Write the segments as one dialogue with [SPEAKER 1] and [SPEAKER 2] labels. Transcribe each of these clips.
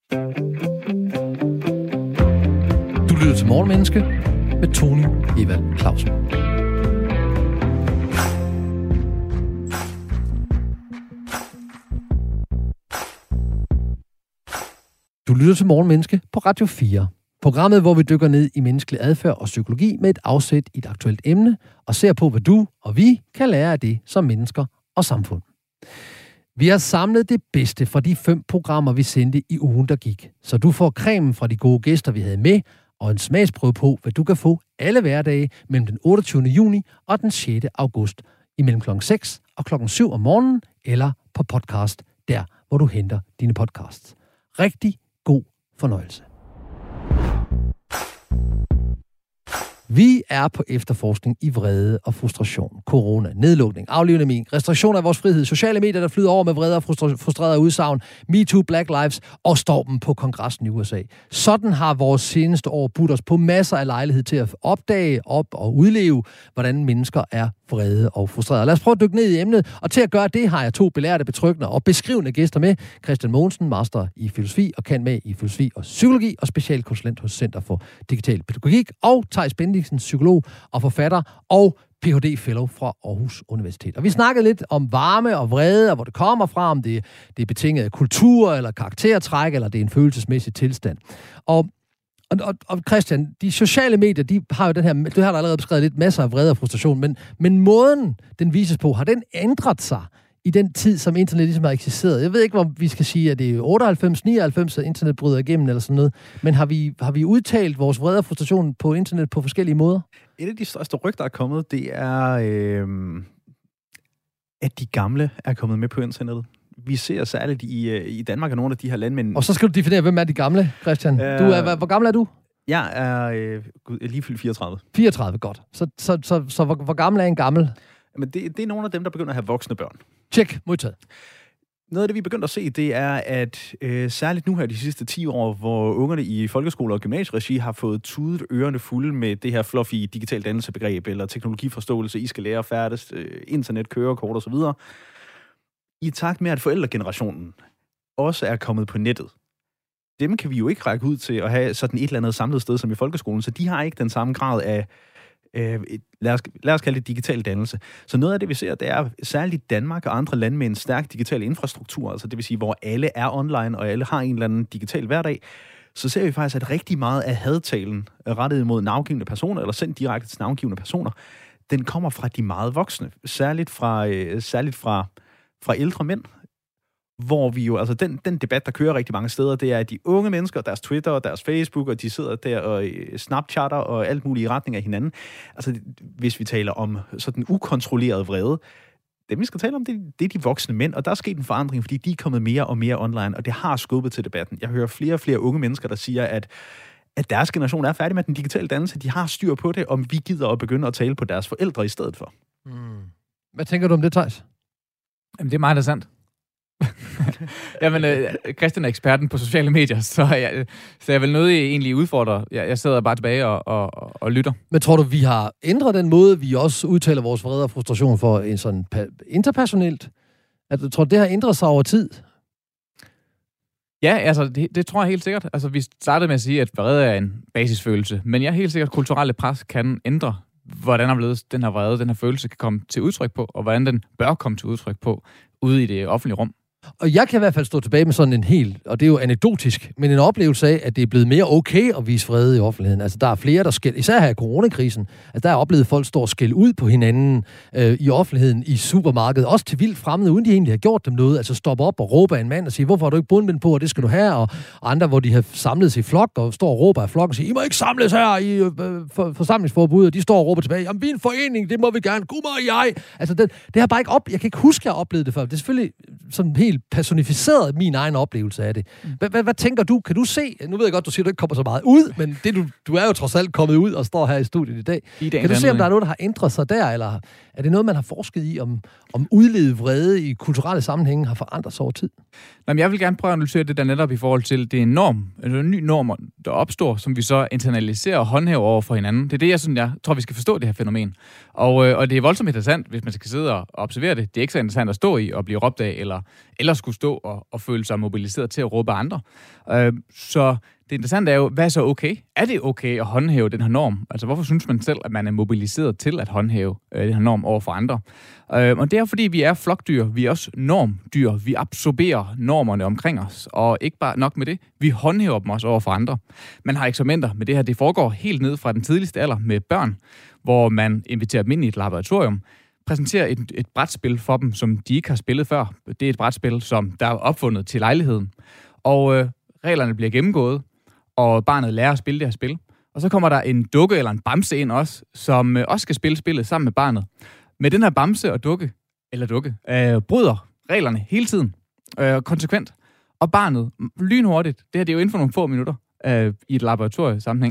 [SPEAKER 1] Du lytter til Morgenmenneske med Tony Evald Clausen. Du lytter til Morgenmenneske på Radio 4. Programmet, hvor vi dykker ned i menneskelig adfærd og psykologi med et afsæt i et aktuelt emne, og ser på, hvad du og vi kan lære af det som mennesker og samfund. Vi har samlet det bedste fra de 5 programmer, vi sendte i ugen, der gik. Så du får cremen fra de gode gæster, vi havde med, og en smagsprøve på, hvad du kan få alle hverdage mellem den 28. juni og den 6. august, imellem kl. 6 og kl. 7 om morgenen, eller på podcast, der hvor du henter dine podcasts. Rigtig god fornøjelse. Vi er på efterforskning i vrede og frustration, corona, nedlukning, aflivning, restriktioner af vores frihed, sociale medier, der flyder over med vrede og frustrerede udsagn, MeToo, Black Lives og stormen på kongressen i USA. Sådan har vores seneste år budt os på masser af lejlighed til at opdage, og udleve, hvordan mennesker er vrede og frustrerede. Lad os prøve at dykke ned i emnet, og til at gøre det har jeg 2 belærte, betryggende og beskrivende gæster med. Christian Mogensen, master i filosofi og kan med i filosofi og psykologi, og specialkonsulent hos Center for Digital Pædagogik, og Theis Bendiksen, psykolog og forfatter, og Ph.D.-fellow fra Aarhus Universitet. Og vi snakkede lidt om varme og vrede, og hvor det kommer fra, om det er betinget af kultur, eller karaktertræk, eller det er en følelsesmæssig tilstand. Og Christian, de sociale medier, de har jo den her, du har allerede beskrevet lidt, masser af vrede og frustration, men måden, den vises på, har den ændret sig i den tid, som internet ligesom har eksisteret? Jeg ved ikke, hvor vi skal sige, at det er 98, 99, at internet bryder igennem eller sådan noget, men har vi udtalt vores vrede og frustration på internet på forskellige måder?
[SPEAKER 2] Et af de største rygter, der er kommet, det er, at de gamle er kommet med på internettet. Vi ser særligt i Danmark og nogle af de her landmænd.
[SPEAKER 1] Og så skal du definere, hvem er de gamle, Christian? Hvor gammel er du?
[SPEAKER 2] Jeg er lige fyldt 34.
[SPEAKER 1] 34, godt. Så hvor gammel er en gammel?
[SPEAKER 2] Men det er nogle af dem, der begynder at have voksne børn.
[SPEAKER 1] Tjek, modtaget.
[SPEAKER 2] Noget af det, vi begynder at se, det er, at særligt nu her de sidste 10 år, hvor ungerne i folkeskole- og gymnasieregi har fået tudet ørerne fulde med det her fluffy digital dannelsebegreb, eller teknologiforståelse, I skal lære at færdes, internet, kørekort osv., i takt med, at forældregenerationen også er kommet på nettet. Dem kan vi jo ikke række ud til at have sådan et eller andet samlet sted som i folkeskolen, så de har ikke den samme grad af, lad os kalde det digital dannelse. Så noget af det, vi ser, det er særligt Danmark og andre lande med en stærk digital infrastruktur, altså det vil sige, hvor alle er online, og alle har en eller anden digital hverdag, så ser vi faktisk, at rigtig meget af hadtalen rettet mod navngivne personer, eller sendt direkte til navngivne personer, den kommer fra de meget voksne, særligt fra ældre mænd, hvor vi jo, altså den debat, der kører rigtig mange steder, det er, at de unge mennesker, deres Twitter og deres Facebook, og de sidder der og snapchatter og alt muligt i retning af hinanden. Altså, hvis vi taler om sådan ukontrolleret vrede, det vi skal tale om, det er de voksne mænd, og der er sket en forandring, fordi de er kommet mere og mere online, og det har skubbet til debatten. Jeg hører flere og flere unge mennesker, der siger, at deres generation er færdig med den digitale dannelse, de har styr på det, om vi gider at begynde at tale på deres forældre i stedet for.
[SPEAKER 1] Hvad tænker du om det, Theis?
[SPEAKER 3] Jamen, det er meget interessant. Jamen, Christian er eksperten på sociale medier, så jeg vil nødig egentlig udfordre. Jeg sidder bare tilbage og lytter. Men tror du, vi har ændret den måde, vi også udtaler vores vrede og frustration for en sådan interpersonelt? At du tror, det har ændret sig over tid? Ja, altså, det tror jeg helt sikkert. Altså, vi startede med at sige, at vrede er en basisfølelse, men jeg er helt sikkert, at kulturelle pres kan ændre, hvordan den her vrede, den her følelse kan komme til udtryk på, og hvordan den bør komme til udtryk på ude i det offentlige rum.
[SPEAKER 1] Og jeg kan i hvert fald stå tilbage med sådan en helt, og det er jo anekdotisk, men en oplevelse af, at det er blevet mere okay at vise vrede i offentligheden. Altså, der er flere, der især her i coronakrisen, at der er oplevet, at folk står og skælder ud på hinanden i offentligheden, i supermarkedet, også til vildt fremmede, uden de egentlig har gjort dem noget. Altså, stoppe op og råbe af en mand og sige, hvorfor har du ikke bundbind på, og det skal du have, og andre, hvor de har samlet sig i flok, og står og råber af flokken og siger, I må ikke samles her i forsamlingsforbud, og de står og råber tilbage, jamen, vi er en forening, det må vi gerne, gud mig jeg. Altså, det har bare ikke jeg kan ikke huske, at jeg har oplevet det før. Det er selvfølgelig sådan helt personificeret min egen oplevelse af det. Hvad tænker du? Kan du se? Nu ved jeg godt, du siger, at du ikke kommer så meget ud, men du er jo trods alt kommet ud og står her i studiet i dag. Kan du se, om der er noget, der har ændret sig der, eller er det noget, man har forsket i, om udlevet vrede i kulturelle sammenhænge har forandret sig over tid?
[SPEAKER 3] Jamen, jeg vil gerne prøve at analysere det der netop i forhold til, det er en norm, altså en ny norm, der opstår, som vi så internaliserer og håndhæver over for hinanden. Det er det, jeg tror, vi skal forstå det her fænomen. Og det er voldsomt interessant, hvis man skal sidde og observere det. Det er ikke så interessant at stå i og blive råbt af, eller skulle stå og føle sig mobiliseret til at råbe andre. Så det interessante er jo, hvad er så okay? Er det okay at håndhæve den her norm? Altså, hvorfor synes man selv, at man er mobiliseret til at håndhæve den her norm over for andre? Og det er, fordi vi er flokdyr, vi er også normdyr. Vi absorberer normerne omkring os, og ikke bare nok med det, vi håndhæver dem også over for andre. Man har eksperimenter med det her, det foregår helt ned fra den tidligste alder med børn, hvor man inviterer dem ind i et laboratorium, præsenterer et brætspil for dem, som de ikke har spillet før. Det er et brætspil, som der er opfundet til lejligheden. Og reglerne bliver gennemgået, og barnet lærer at spille det her spil. Og så kommer der en dukke eller en bamse ind også, som også skal spille spillet sammen med barnet. Med den her bamse og dukke, bryder reglerne hele tiden, konsekvent. Og barnet, lynhurtigt, det her det er jo inden for nogle få minutter i et laboratoriesammenhæng,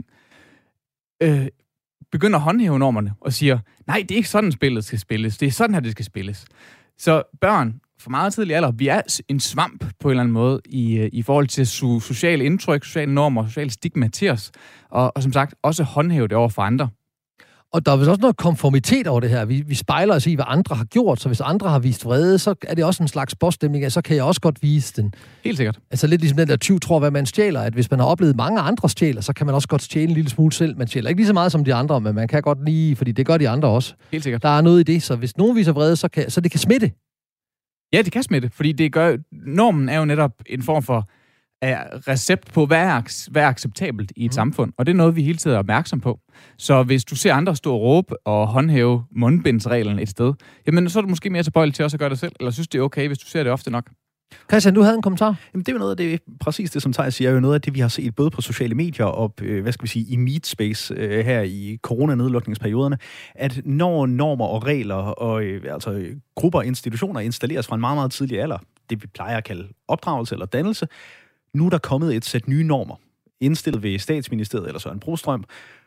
[SPEAKER 3] begynder at håndhæve normerne og siger, nej, det er ikke sådan spillet skal spilles, det er sådan her, det skal spilles. Så børn, for meget tidlig alder, vi er en svamp på en eller anden måde i forhold til sociale indtryk, sociale normer, sociale stigma til os, og som sagt også håndhæve det over for andre.
[SPEAKER 1] Og der er vist også noget konformitet over det her. Vi spejler os i, hvad andre har gjort, så hvis andre har vist vrede, så er det også en slags bosstemning, så kan jeg også godt vise den.
[SPEAKER 3] Helt sikkert.
[SPEAKER 1] Altså lidt ligesom den der tyv tror, hvad man stjæler, at hvis man har oplevet mange andre stjæler, så kan man også godt stjæle en lille smule selv. Man stjæler ikke lige så meget som de andre, men man kan godt lige, fordi det gør de andre også.
[SPEAKER 3] Helt sikkert.
[SPEAKER 1] Der er noget i det, så hvis nogen viser vrede, så det kan smitte.
[SPEAKER 3] Ja, det kan smitte, fordi normen er jo netop en form for recept på, hvad er acceptabelt i et samfund, og det er noget, vi hele tiden er opmærksom på. Så hvis du ser andre stå og råbe og håndhæve mundbindsreglen et sted, jamen så er du måske mere tilbøjelig til også at gøre det selv, eller synes det er okay, hvis du ser det ofte nok.
[SPEAKER 1] Christian, du havde en kommentar?
[SPEAKER 2] Jamen, det er jo noget af det, præcis det, som Theis siger, er jo noget af det, vi har set både på sociale medier og, i meatspace her i coronanedlukningsperioderne, at når normer og regler og grupper og institutioner installeres fra en meget, meget tidlig alder, det vi plejer at kalde opdragelse eller dannelse, nu er der kommet et sæt nye normer, indstillet ved Statsministeriet eller Søren Brostrøm,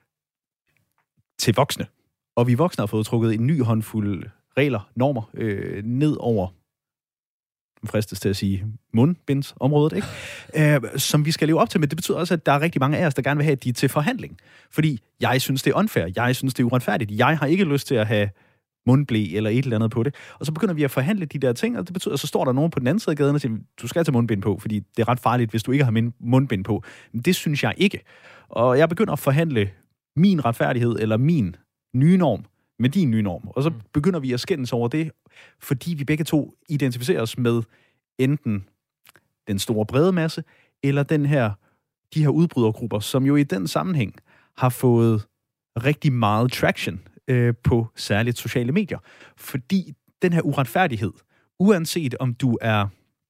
[SPEAKER 2] til voksne. Og vi voksne har fået trukket en ny håndfuld regler, normer, ned over fristes til at sige mundbindsområdet, ikke? Som vi skal leve op til, men det betyder også, at der er rigtig mange af os, der gerne vil have, at de er til forhandling. Fordi jeg synes, det er unfair, jeg synes, det er uretfærdigt, jeg har ikke lyst til at have mundblæ eller et eller andet på det. Og så begynder vi at forhandle de der ting, og det betyder, at så står der nogen på den anden side af gaden og siger, du skal tage mundbind på, fordi det er ret farligt, hvis du ikke har mundbind på. Men det synes jeg ikke. Og jeg begynder at forhandle min retfærdighed eller min nye norm med din nye norm. Og så begynder vi at skændes over det, fordi vi begge to identificerer os med enten den store brede masse, eller de her udbrydergrupper, som jo i den sammenhæng har fået rigtig meget traction på særligt sociale medier. Fordi den her uretfærdighed, uanset om du er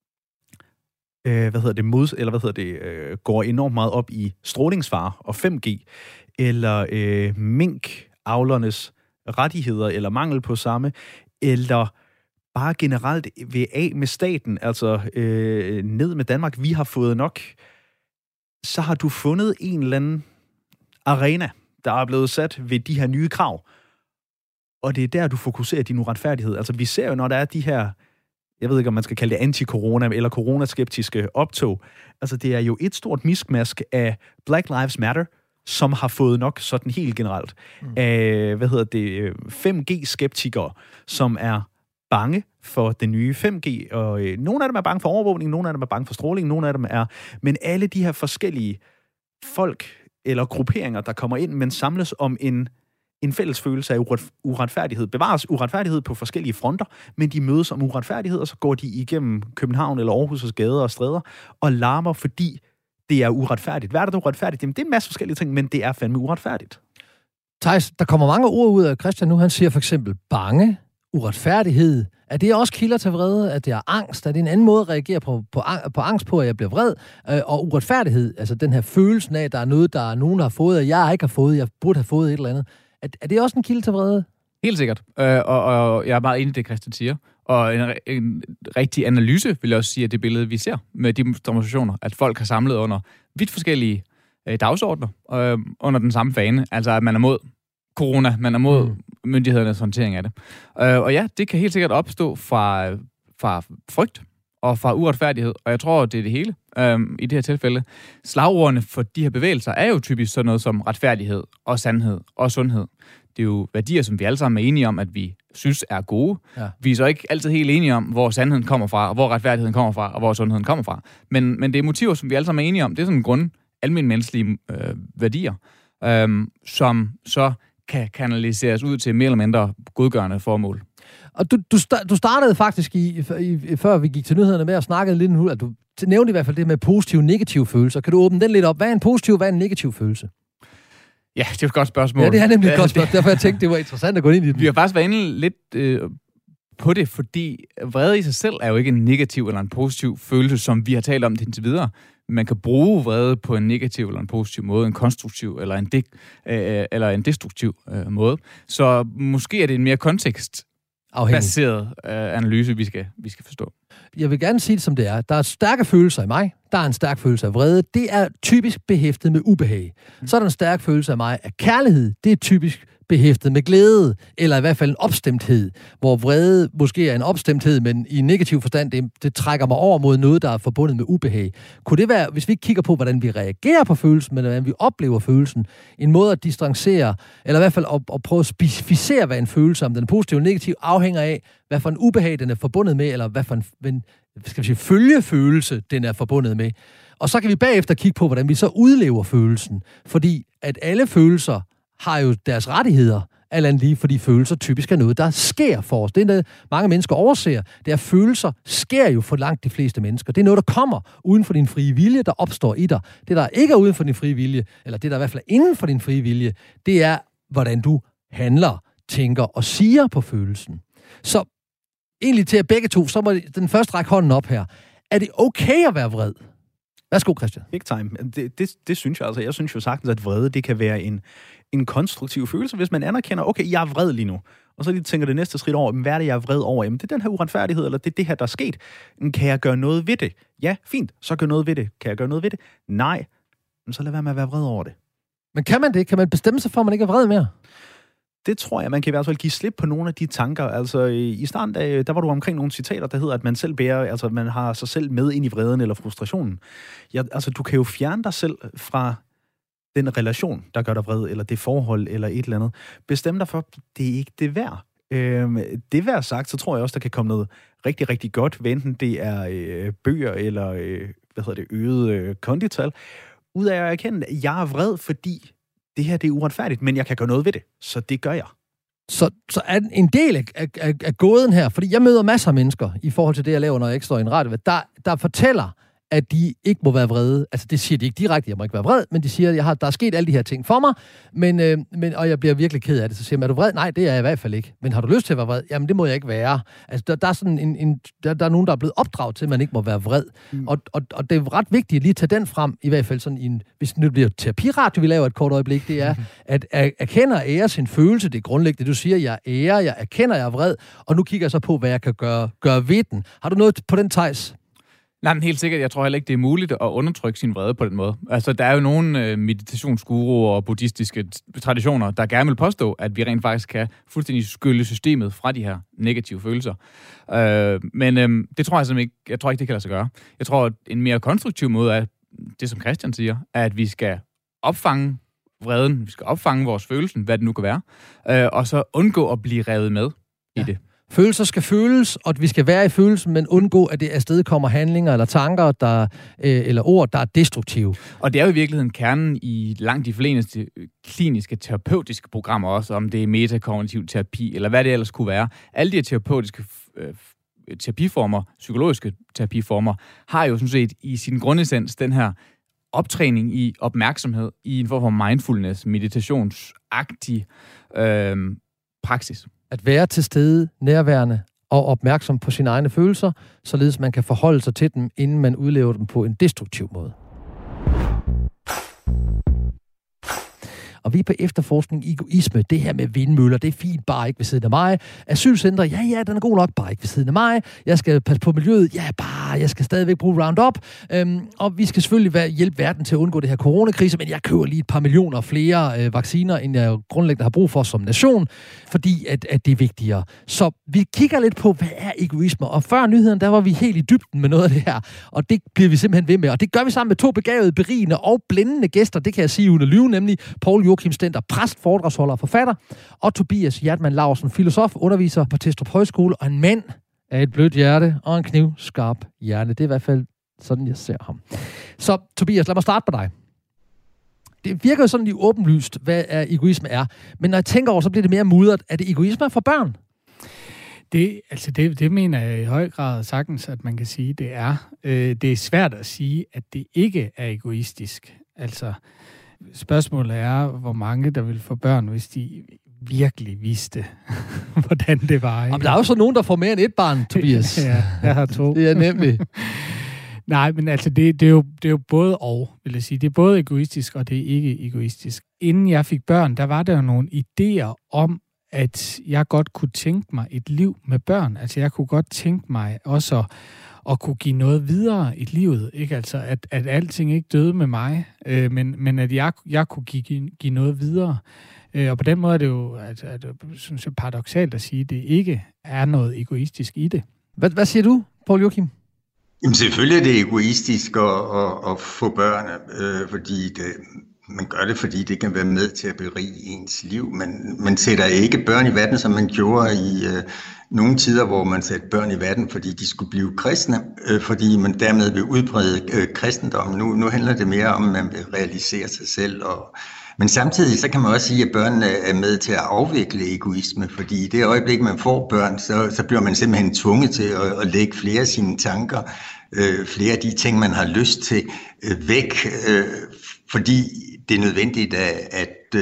[SPEAKER 2] går enormt meget op i strålingsfare og 5G, eller minkavlernes rettigheder eller mangel på samme, eller bare generelt vil af med staten, altså ned med Danmark, vi har fået nok, så har du fundet en eller anden arena, der er blevet sat ved de her nye krav. Og det er der, du fokuserer din uretfærdighed. Altså vi ser jo, når der er de her, jeg ved ikke, om man skal kalde det anti-corona eller coronaskeptiske optog, altså det er jo et stort miskmask af Black Lives Matter, som har fået nok sådan helt generelt. 5G-skeptikere, som er bange for den nye 5G, og nogle af dem er bange for overvågning, nogle af dem er bange for stråling, nogle af dem er... Men alle de her forskellige folk eller grupperinger, der kommer ind, men samles om en fælles følelse af uretfærdighed. Bevares uretfærdighed på forskellige fronter, men de mødes om uretfærdighed, og så går de igennem København eller Aarhus' gader og stræder og larmer, fordi det er uretfærdigt. Hvad er det uretfærdigt? Jamen, det er en masse forskellige ting, men det er fandme uretfærdigt.
[SPEAKER 1] Theis, der kommer mange ord ud af Christian nu. Han siger for eksempel bange, uretfærdighed. Er det også kilder til vrede? At det er angst? Er det en anden måde at reagere på angst på, at jeg bliver vred? Og uretfærdighed, altså den her følelsen af, at der er noget, der nogen har fået, og jeg ikke har fået, jeg burde have fået et eller andet. Er det også en kilde til vrede?
[SPEAKER 3] Helt sikkert. Og jeg er meget enig i det, Christian siger. Og en rigtig analyse vil jeg også sige, at det billede, vi ser med de demonstrationer, at folk har samlet under vidt forskellige dagsordner under den samme fane. Altså, at man er mod corona, man er mod myndighedernes håndtering af det. Og ja, det kan helt sikkert opstå fra frygt og fra uretfærdighed, og jeg tror, det er det hele i det her tilfælde. Slagordene for de her bevægelser er jo typisk sådan noget som retfærdighed og sandhed og sundhed. Det er jo værdier, som vi alle sammen er enige om, at vi synes er gode. Ja. Vi er så ikke altid helt enige om, hvor sandheden kommer fra, og hvor retfærdigheden kommer fra, og hvor sundheden kommer fra. Men det er motiver, som vi alle sammen er enige om. Det er sådan almenmenneskelige værdier, som så kan kanaliseres ud til mere eller mindre godgørende formål.
[SPEAKER 1] Og du startede faktisk, før vi gik til nyhederne med at snakke lidt om, at du nævnte i hvert fald det med positive og negative følelser. Kan du åbne den lidt op? Hvad er en positiv, hvad er en negativ følelse?
[SPEAKER 3] Ja, det er et godt spørgsmål.
[SPEAKER 1] Ja, det er nemlig et godt spørgsmål. Derfor jeg tænkte, det var interessant at gå ind i det.
[SPEAKER 3] Vi har faktisk været inde lidt på det, fordi vrede i sig selv er jo ikke en negativ eller en positiv følelse, som vi har talt om det indtil videre. Man kan bruge vrede på en negativ eller en positiv måde, en konstruktiv eller en destruktiv måde. Så måske er det en mere kontekstbaseret analyse, vi skal forstå.
[SPEAKER 1] Jeg vil gerne sige det, som det er. Der er stærke følelser i mig. Der er en stærk følelse af vrede. Det er typisk behæftet med ubehag. Så er der en stærk følelse af mig af kærlighed. Det er typisk behæftet med glæde, eller i hvert fald en opstemthed, hvor vrede måske er en opstemthed, men i en negativ forstand, det trækker mig over mod noget, der er forbundet med ubehag. Kunne det være, hvis vi kigger på, hvordan vi reagerer på følelsen, men hvordan vi oplever følelsen, en måde at distancere, eller i hvert fald at prøve at specificere, hvad en følelse, om den er positiv eller negativ, afhænger af, hvad for en ubehag den er forbundet med, eller hvad for en følgefølelse den er forbundet med. Og så kan vi bagefter kigge på, hvordan vi så udlever følelsen, fordi at alle følelser har jo deres rettigheder, alt andet lige, fordi følelser typisk er noget, der sker for os. Det er noget, mange mennesker overser. Det er, følelser sker jo for langt de fleste mennesker. Det er noget, der kommer uden for din frie vilje, der opstår i dig. Det, der ikke er uden for din frie vilje, eller det, der i hvert fald er inden for din frie vilje, det er, hvordan du handler, tænker og siger på følelsen. Så egentlig til at begge to, så må den første række hånden op her. Er det okay at være vred? Værsgo, Christian.
[SPEAKER 2] Big time. Det synes jeg altså. Jeg synes jo sagtens, at vrede, det kan være en konstruktiv følelse, hvis man anerkender, okay, jeg er vred lige nu. Og så lige tænker det næste skridt over, hvad er det, jeg er vred over? Jamen, det er den her uretfærdighed, eller det er det her, der er sket. Kan jeg gøre noget ved det? Ja, fint. Så gør noget ved det. Kan jeg gøre noget ved det? Nej. Men så lad være med at være vred over det.
[SPEAKER 1] Men kan man det? Kan man bestemme sig for, at man ikke er vred mere?
[SPEAKER 2] Det tror jeg, man kan i hvert fald give slip på nogle af de tanker. Altså, i starten, der var du omkring nogle citater, der hedder, at man selv bærer, altså man har sig selv med ind i vreden eller frustrationen. Ja, altså, du kan jo fjerne dig selv fra den relation, der gør dig vred, eller det forhold, eller et eller andet. Bestem dig for, det er ikke det værd. Det værd sagt, så tror jeg også, der kan komme noget rigtig, rigtig godt, enten det er bøger, eller øget kondital, ud af at erkende, at jeg er vred, fordi det her, det er uretfærdigt, men jeg kan gøre noget ved det, så det gør jeg.
[SPEAKER 1] Så er en del af gåden her, fordi jeg møder masser af mennesker, i forhold til det, jeg laver, når jeg ikke står i en radio, der fortæller, at de ikke må være vrede. Altså, det siger de ikke direkte, jeg må ikke være vred, men de siger, at der er sket alle de her ting for mig, og jeg bliver virkelig ked af det. Så siger man, er du vred? Nej, det er jeg i hvert fald ikke. Men har du lyst til at være vred? Jamen, det må jeg ikke være. Altså, der er sådan der er nogen, der er blevet opdraget til, at man ikke må være vred. Og det er ret vigtigt at lige tage den frem, i hvert fald sådan hvis det bliver terapiradio, vi laver et kort øjeblik, det er, at erkende og ære sin følelse, det er grundlæggende. Du siger, jeg erkender, jeg er vred, og nu kigger jeg så på, hvad jeg kan gøre ved den. Har du noget på den, Theis?
[SPEAKER 3] Nej, men helt sikkert. Jeg tror heller ikke, det er muligt at undertrykke sin vrede på den måde. Altså, der er jo nogle meditationsguruer og buddhistiske traditioner, der gerne vil påstå, at vi rent faktisk kan fuldstændig skylle systemet fra de her negative følelser. Men det tror jeg simpelthen ikke. Jeg tror ikke, det kan lade sig gøre. Jeg tror, at en mere konstruktiv måde er det, som Christian siger, at vi skal opfange vreden, vi skal opfange vores følelsen, hvad det nu kan være, og så undgå at blive revet med i det.
[SPEAKER 1] Følelser skal føles, og vi skal være i følelsen, men undgå, at det afstedkommer handlinger eller tanker, eller ord, der er destruktive.
[SPEAKER 3] Og det er jo i virkeligheden kernen i langt de fleste kliniske terapeutiske programmer også, om det er metakognitiv terapi, eller hvad det ellers kunne være. Alle de her terapeutiske terapiformer, psykologiske terapiformer, har jo sådan set i sin grundessens den her optræning i opmærksomhed, i en form for mindfulness, meditationsagtig praksis.
[SPEAKER 1] At være til stede, nærværende og opmærksom på sine egne følelser, således man kan forholde sig til dem, inden man udlever dem på en destruktiv måde. Og vi er på efterforskning i egoisme. Det her med vindmøller, det er fint, bare ikke ved siden af mig. Asylcentre, ja, den er god nok, bare ikke ved siden af mig. Jeg skal passe på miljøet, jeg skal stadigvæk bruge Roundup. Og vi skal selvfølgelig hjælpe verden til at undgå det her coronakrise, men jeg køber lige et par millioner flere vacciner, end jeg grundlæggende har brug for som nation, fordi at det er vigtigere. Så vi kigger lidt på, hvad er egoisme? Og før nyheden, der var vi helt i dybden med noget af det her, og det bliver vi simpelthen ved med. Og det gør vi sammen med 2 begavede, berigende og blændende gæster, det kan jeg sige uden at lyve, nemlig Poul Joachim Stender, præst, foredragsholder og forfatter, og Tobias Hjertmann Laursen, filosof, underviser på Testrup Højskole, og en mand af et blødt hjerte og en knivskarp hjerne. Det er i hvert fald sådan, jeg ser ham. Så Tobias, lad mig starte på dig. Det virker jo sådan lige åbenlyst, hvad egoisme er. Men når jeg tænker over, så bliver det mere mudret. Er det egoisme for børn?
[SPEAKER 4] Det mener jeg i høj grad sagtens, at man kan sige, det er. Det er svært at sige, at det ikke er egoistisk. Altså, spørgsmålet er, hvor mange der vil få børn, hvis de virkelig vidste, hvordan det var.
[SPEAKER 1] Jamen, der er jo så nogen, der får mere end et barn, Tobias.
[SPEAKER 4] Ja, jeg har 2.
[SPEAKER 1] Det er nemlig.
[SPEAKER 4] Nej, men altså, det er jo både og, vil jeg sige. Det er både egoistisk, og det er ikke egoistisk. Inden jeg fik børn, der var der jo nogle idéer om, at jeg godt kunne tænke mig et liv med børn. Altså, jeg kunne godt tænke mig også at kunne give noget videre i livet. Ikke? Altså, at alting ikke døde med mig, men at jeg kunne give noget videre. Og på den måde er det jo, synes jeg, paradoksalt at sige, at det ikke er noget egoistisk i det.
[SPEAKER 1] Hvad siger du, Poul Joachim?
[SPEAKER 5] Jamen selvfølgelig er det egoistisk at få børn, fordi man gør det, fordi det kan være med til at berige ens liv. Men man sætter ikke børn i verden, som man gjorde i nogle tider, hvor man satte børn i verden, fordi de skulle blive kristne, fordi man dermed vil udbrede kristendommen. Nu handler det mere om, at man vil realisere sig selv. Men samtidig så kan man også sige, at børnene er med til at afvikle egoisme, fordi i det øjeblik, man får børn, så bliver man simpelthen tvunget til at lægge flere af sine tanker, flere af de ting, man har lyst til, væk, fordi det er nødvendigt at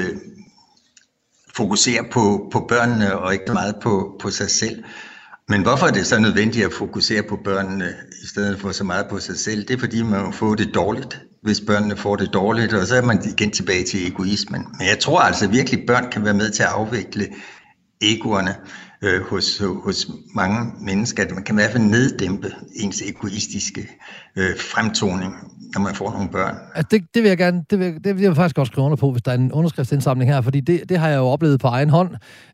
[SPEAKER 5] fokusere på børnene og ikke meget på sig selv. Men hvorfor er det så nødvendigt at fokusere på børnene i stedet for så meget på sig selv? Det er fordi, man får det dårligt, hvis børnene får det dårligt, og så er man igen tilbage til egoismen. Men jeg tror altså virkelig, at børn kan være med til at afvikle egoerne hos mange mennesker. At man kan i hvert fald neddæmpe ens egoistiske fremtoning, når man får nogle børn.
[SPEAKER 1] Altså det vil jeg gerne, det vil jeg faktisk også skrive under på, hvis der er en underskriftsindsamling her, fordi det har jeg jo oplevet på egen hånd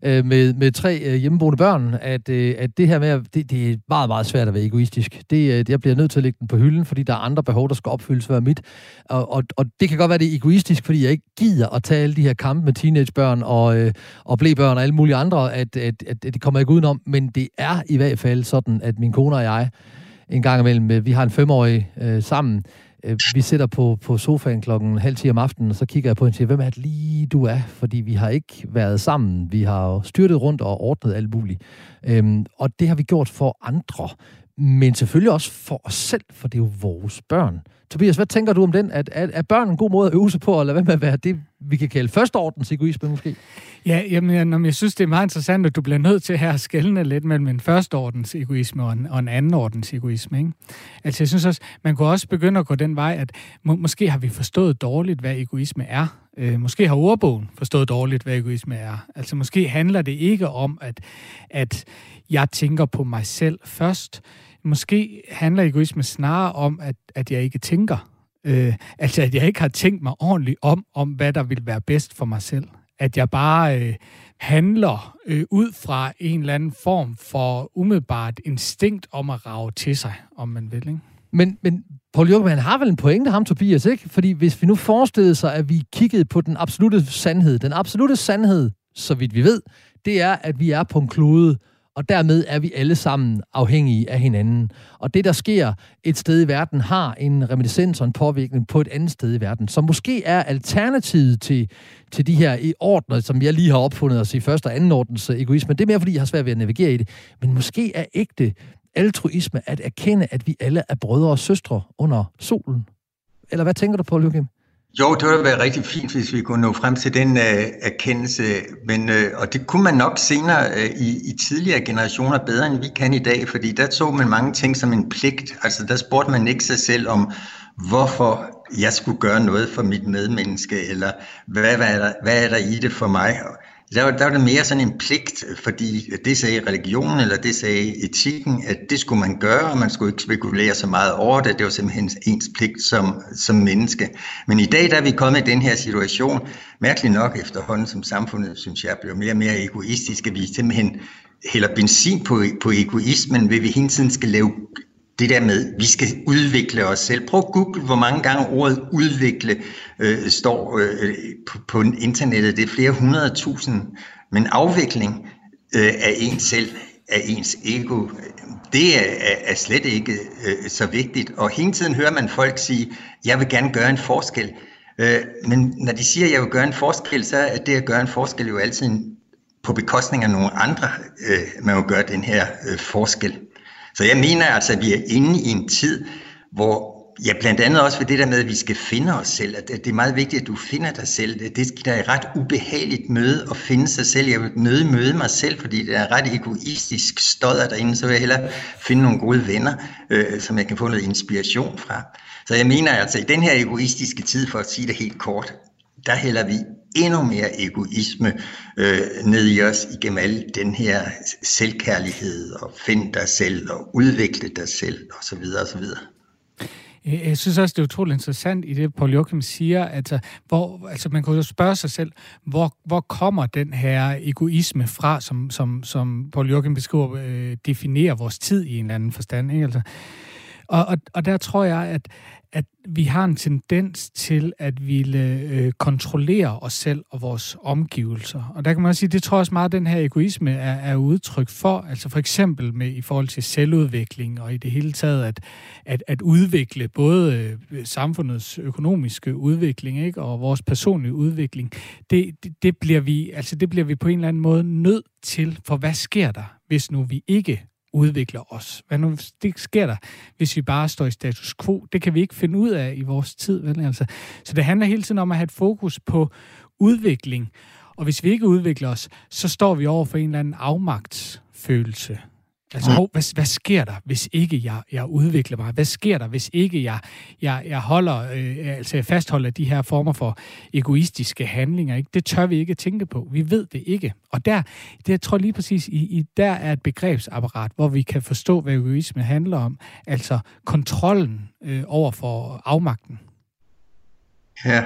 [SPEAKER 1] med 3 hjemmeboende børn, at det her med, det er meget, meget svært at være egoistisk. Jeg bliver nødt til at lægge den på hylden, fordi der er andre behov, der skal opfyldes for mit. Og det kan godt være, det er egoistisk, fordi jeg ikke gider at tage alle de her kampe med teenagebørn og blæbørn og alle mulige andre, at det kommer ikke udenom, men det er i hvert fald sådan, at min kone og jeg en gang imellem, vi har en 5-årig sammen, vi sidder på sofaen 9:30 om aftenen, og så kigger jeg på hende og siger, hvem er det lige du er? Fordi vi har ikke været sammen. Vi har jo styrtet rundt og ordnet alt muligt. Og det har vi gjort for andre. Men selvfølgelig også for os selv, for det er jo vores børn. Tobias, hvad tænker du om den? Er børn en god måde at øve sig på, eller hvad med at være det, vi kan kalde førsteordens egoisme måske?
[SPEAKER 4] Ja, jamen, jeg synes, det er meget interessant, at du bliver nødt til her at skelne lidt mellem en førsteordens egoisme og en andenordens egoisme. Ikke? Altså, jeg synes også, man kunne også begynde at gå den vej, at måske har vi forstået dårligt, hvad egoisme er. Måske har ordbogen forstået dårligt, hvad egoisme er. Altså, måske handler det ikke om, at jeg tænker på mig selv først. Måske handler egoisme snarere om, at jeg ikke tænker. Altså, at jeg ikke har tænkt mig ordentligt om, hvad der vil være bedst for mig selv. At jeg bare handler ud fra en eller anden form for umiddelbart instinkt om at rage til sig, om man vil, ikke?
[SPEAKER 1] Men Poul Joachim, han har vel en pointe, ham Tobias, ikke? Fordi hvis vi nu forestillede sig, at vi kiggede på den absolute sandhed, så vidt vi ved, det er, at vi er på en klode, og dermed er vi alle sammen afhængige af hinanden. Og det, der sker et sted i verden, har en reminiscens og en påvirkning på et andet sted i verden, som måske er alternativet til de her ordner, som jeg lige har opfundet at sige første og anden ordens egoisme. Det er mere, fordi jeg har svært ved at navigere i det. Men måske er ægte altruisme at erkende, at vi alle er brødre og søstre under solen. Eller hvad tænker du på, Joachim?
[SPEAKER 5] Jo, det ville være rigtig fint, hvis vi kunne nå frem til den erkendelse, og det kunne man nok senere i tidligere generationer bedre, end vi kan i dag, fordi der så man mange ting som en pligt. Altså der spurgte man ikke sig selv om, hvorfor jeg skulle gøre noget for mit medmenneske, eller hvad er der i det for mig? Der var det mere sådan en pligt, fordi det sagde religionen, eller det sagde etikken, at det skulle man gøre, og man skulle ikke spekulere så meget over det. Det var simpelthen ens pligt som menneske. Men i dag, der er vi kommet i den her situation, mærkeligt nok efterhånden, som samfundet, synes jeg, bliver mere og mere egoistisk, at vi simpelthen hælder benzin på egoismen, ved vi hele tiden skal lave det der med, vi skal udvikle os selv. Prøv at google, hvor mange gange ordet udvikle står på internettet. Det er flere 100.000. Men afvikling af ens selv, af ens ego, det er slet ikke så vigtigt. Og hele tiden hører man folk sige, jeg vil gerne gøre en forskel. Men når de siger, jeg vil gøre en forskel, så er det at gøre en forskel jo altid på bekostning af nogle andre, man vil gøre den her forskel. Så jeg mener altså, at vi er inde i en tid, hvor blandt andet også ved det der med, at vi skal finde os selv. At det er meget vigtigt, at du finder dig selv. Det er et ret ubehageligt møde at finde sig selv. Jeg vil møde mig selv, fordi det er ret egoistisk stodder derinde. Så vil jeg hellere finde nogle gode venner, som jeg kan få noget inspiration fra. Så jeg mener altså, i den her egoistiske tid, for at sige det helt kort, der hælder vi endnu mere egoisme ned i os igennem al den her selvkærlighed, og find dig selv, og udvikle dig selv, osv. osv.
[SPEAKER 4] Jeg synes også, det er utroligt interessant i det, Poul Joachim siger, altså man kunne jo spørge sig selv, hvor kommer den her egoisme fra, som Poul Joachim beskriver, definerer vores tid i en eller anden forstand, ikke? Altså, og der tror jeg, at vi har en tendens til at ville kontrollere os selv og vores omgivelser. Og der kan man også sige, det tror jeg også meget, at den her egoisme er udtryk for. Altså for eksempel i forhold til selvudvikling og i det hele taget at udvikle både samfundets økonomiske udvikling, ikke, og vores personlige udvikling. Det bliver vi på en eller anden måde nødt til, for hvad sker der, hvis nu vi ikke udvikler os? Hvad nu det sker der, hvis vi bare står i status quo? Det kan vi ikke finde ud af i vores tid, vel? Altså, så det handler hele tiden om at have et fokus på udvikling. Og hvis vi ikke udvikler os, så står vi over for en eller anden afmagtsfølelse. Altså, hvad sker der, hvis ikke jeg udvikler mig? Hvad sker der, hvis ikke jeg holder, jeg fastholder de her former for egoistiske handlinger? Ikke? Det tør vi ikke tænke på. Vi ved det ikke. Og det tror jeg lige præcis, der er et begrebsapparat, hvor vi kan forstå, hvad egoisme handler om. Altså kontrollen over for afmagten.
[SPEAKER 5] Ja.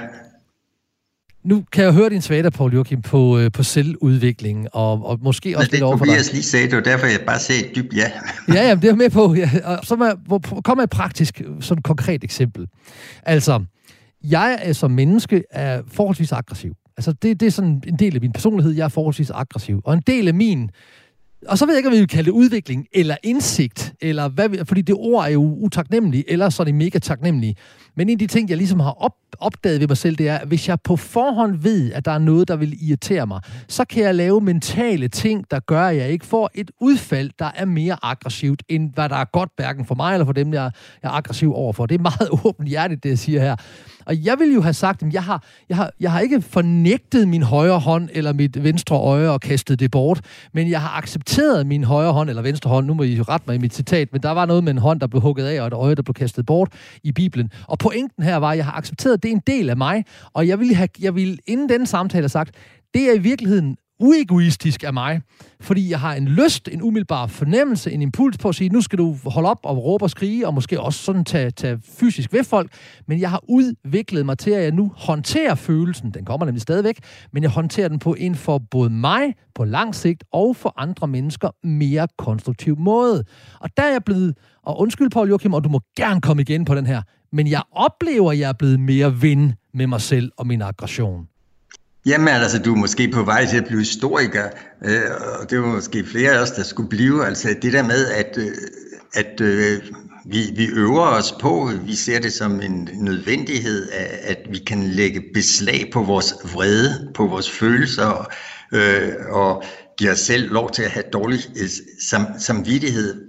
[SPEAKER 1] Nu kan jeg høre din svaghed, Poul Joachim, på selvudviklingen, og måske også lidt over for dig.
[SPEAKER 5] Det lige sagde, det var derfor, jeg bare sagde dybt ja.
[SPEAKER 1] Ja, det er med på. Ja. Og så kommer et praktisk, sådan konkret eksempel. Altså, jeg er som menneske er forholdsvis aggressiv. Altså, det er sådan en del af min personlighed, jeg er forholdsvis aggressiv. Og en del af min... Og så ved jeg ikke, om vi vil kalde det udvikling, eller indsigt, eller hvad, fordi det ord er jo utaknemmelige, eller så er det mega taknemmelige. Men en af de ting, jeg ligesom har opdaget ved mig selv, det er, at hvis jeg på forhånd ved, at der er noget, der vil irritere mig, så kan jeg lave mentale ting, der gør, at jeg ikke får et udfald, der er mere aggressivt, end hvad der er godt, hverken for mig eller for dem, jeg er aggressiv overfor. Det er meget åbenhjertigt, det jeg siger her. Og jeg ville jo have sagt, at jeg har ikke fornægtet min højre hånd eller mit venstre øje og kastet det bort, men jeg har accepteret min højre hånd eller venstre hånd. Nu må I rette mig i mit citat, men der var noget med en hånd, der blev hugget af, og et øje, der blev kastet bort i Bibelen. Og pointen her var, at jeg har accepteret, at det er en del af mig, og jeg ville inden denne samtale have sagt, det er i virkeligheden uegoistisk af mig, fordi jeg har en lyst, en umiddelbar fornemmelse, en impuls på at sige, nu skal du holde op og råbe og skrige, og måske også sådan tage fysisk ved folk, men jeg har udviklet mig til, at jeg nu håndterer følelsen, den kommer nemlig stadigvæk, men jeg håndterer den på en for både mig, på lang sigt, og for andre mennesker, mere konstruktiv måde. Og der er jeg blevet, og undskyld Poul Joachim, og du må gerne komme igen på den her, men jeg oplever, at jeg er blevet mere ven med mig selv og min aggression.
[SPEAKER 5] Jamen altså, du er måske på vej til at blive historiker, og det var måske flere af os, der skulle blive. Altså det der med, at vi øver os på, vi ser det som en nødvendighed, at vi kan lægge beslag på vores vrede, på vores følelser, og give os selv lov til at have dårlig samvittighed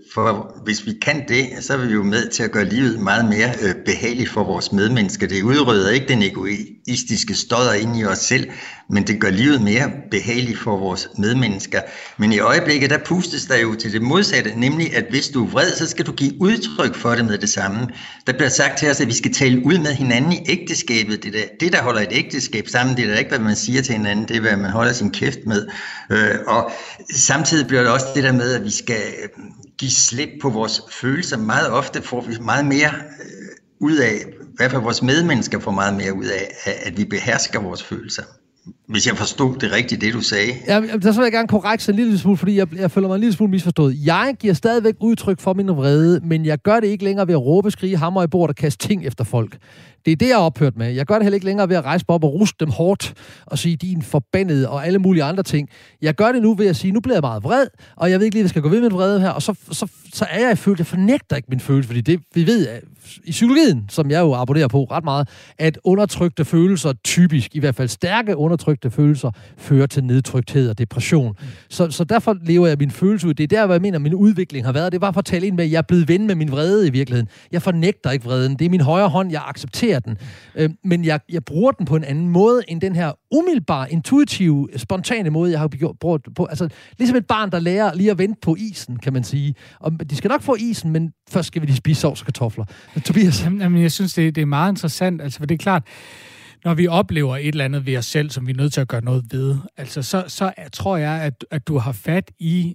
[SPEAKER 5] For hvis vi kan det, så er vi jo med til at gøre livet meget mere behageligt for vores medmennesker. Det udrydder ikke den egoistiske stodder inde i os selv, men det gør livet mere behageligt for vores medmennesker. Men i øjeblikket, der pustes der jo til det modsatte, nemlig at hvis du er vred, så skal du give udtryk for det med det samme. Der bliver sagt til os, at vi skal tale ud med hinanden i ægteskabet. Det der holder et ægteskab sammen, det er da ikke, hvad man siger til hinanden, det er, hvad man holder sin kæft med. Og samtidig bliver det også det der med, at vi skal give slip på vores følelser. Meget ofte får vi meget mere ud af, i hvert fald vores medmennesker får meget mere ud af, at vi behersker vores følelser. Hvis jeg forstod det rigtigt, det du sagde.
[SPEAKER 1] Ja, der så vil jeg gerne korrekse en lille smule, fordi jeg føler mig en lille smule misforstået. Jeg giver stadigvæk udtryk for min vrede, men jeg gør det ikke længere ved at råbe, skrige, hamre i bordet og kaste ting efter folk. Det er det, jeg har ophørt med. Jeg gør det heller ikke længere ved at rejse mig op og ruste dem hårdt og sige, de er en forbandede og alle mulige andre ting. Jeg gør det nu ved at sige, nu bliver jeg meget vred, og jeg ved ikke lige, hvad jeg skal gå ved med vrede her, og så er jeg i følelse, jeg fornægter ikke min følelse, fordi det, vi ved i psykologien, som jeg jo abonnerer på ret meget, at undertrykte følelser, typisk, i hvert fald stærke undertrykte følelser, fører til nedtrykthed og depression. Så derfor lever jeg min følelse ud. Det er der, hvor jeg mener, min udvikling har været. Det var for at tale ind med, at jeg er blevet ven med min vrede i virkeligheden. Jeg fornægter ikke vreden. Det er min højre hånd, jeg accepterer den. Men jeg bruger den på en anden måde, end den her umiddelbare, intuitive, spontane måde, jeg har brugt på. Altså, ligesom et barn, der lærer lige at vente på isen, kan man sige. Og de skal nok få isen, men først skal vi lige spise sovs og kartofler. Tobias?
[SPEAKER 4] Jamen, jeg synes, det er meget interessant. Altså, for det er klart, når vi oplever et eller andet ved os selv, som vi er nødt til at gøre noget ved, altså, så tror jeg, at du har fat i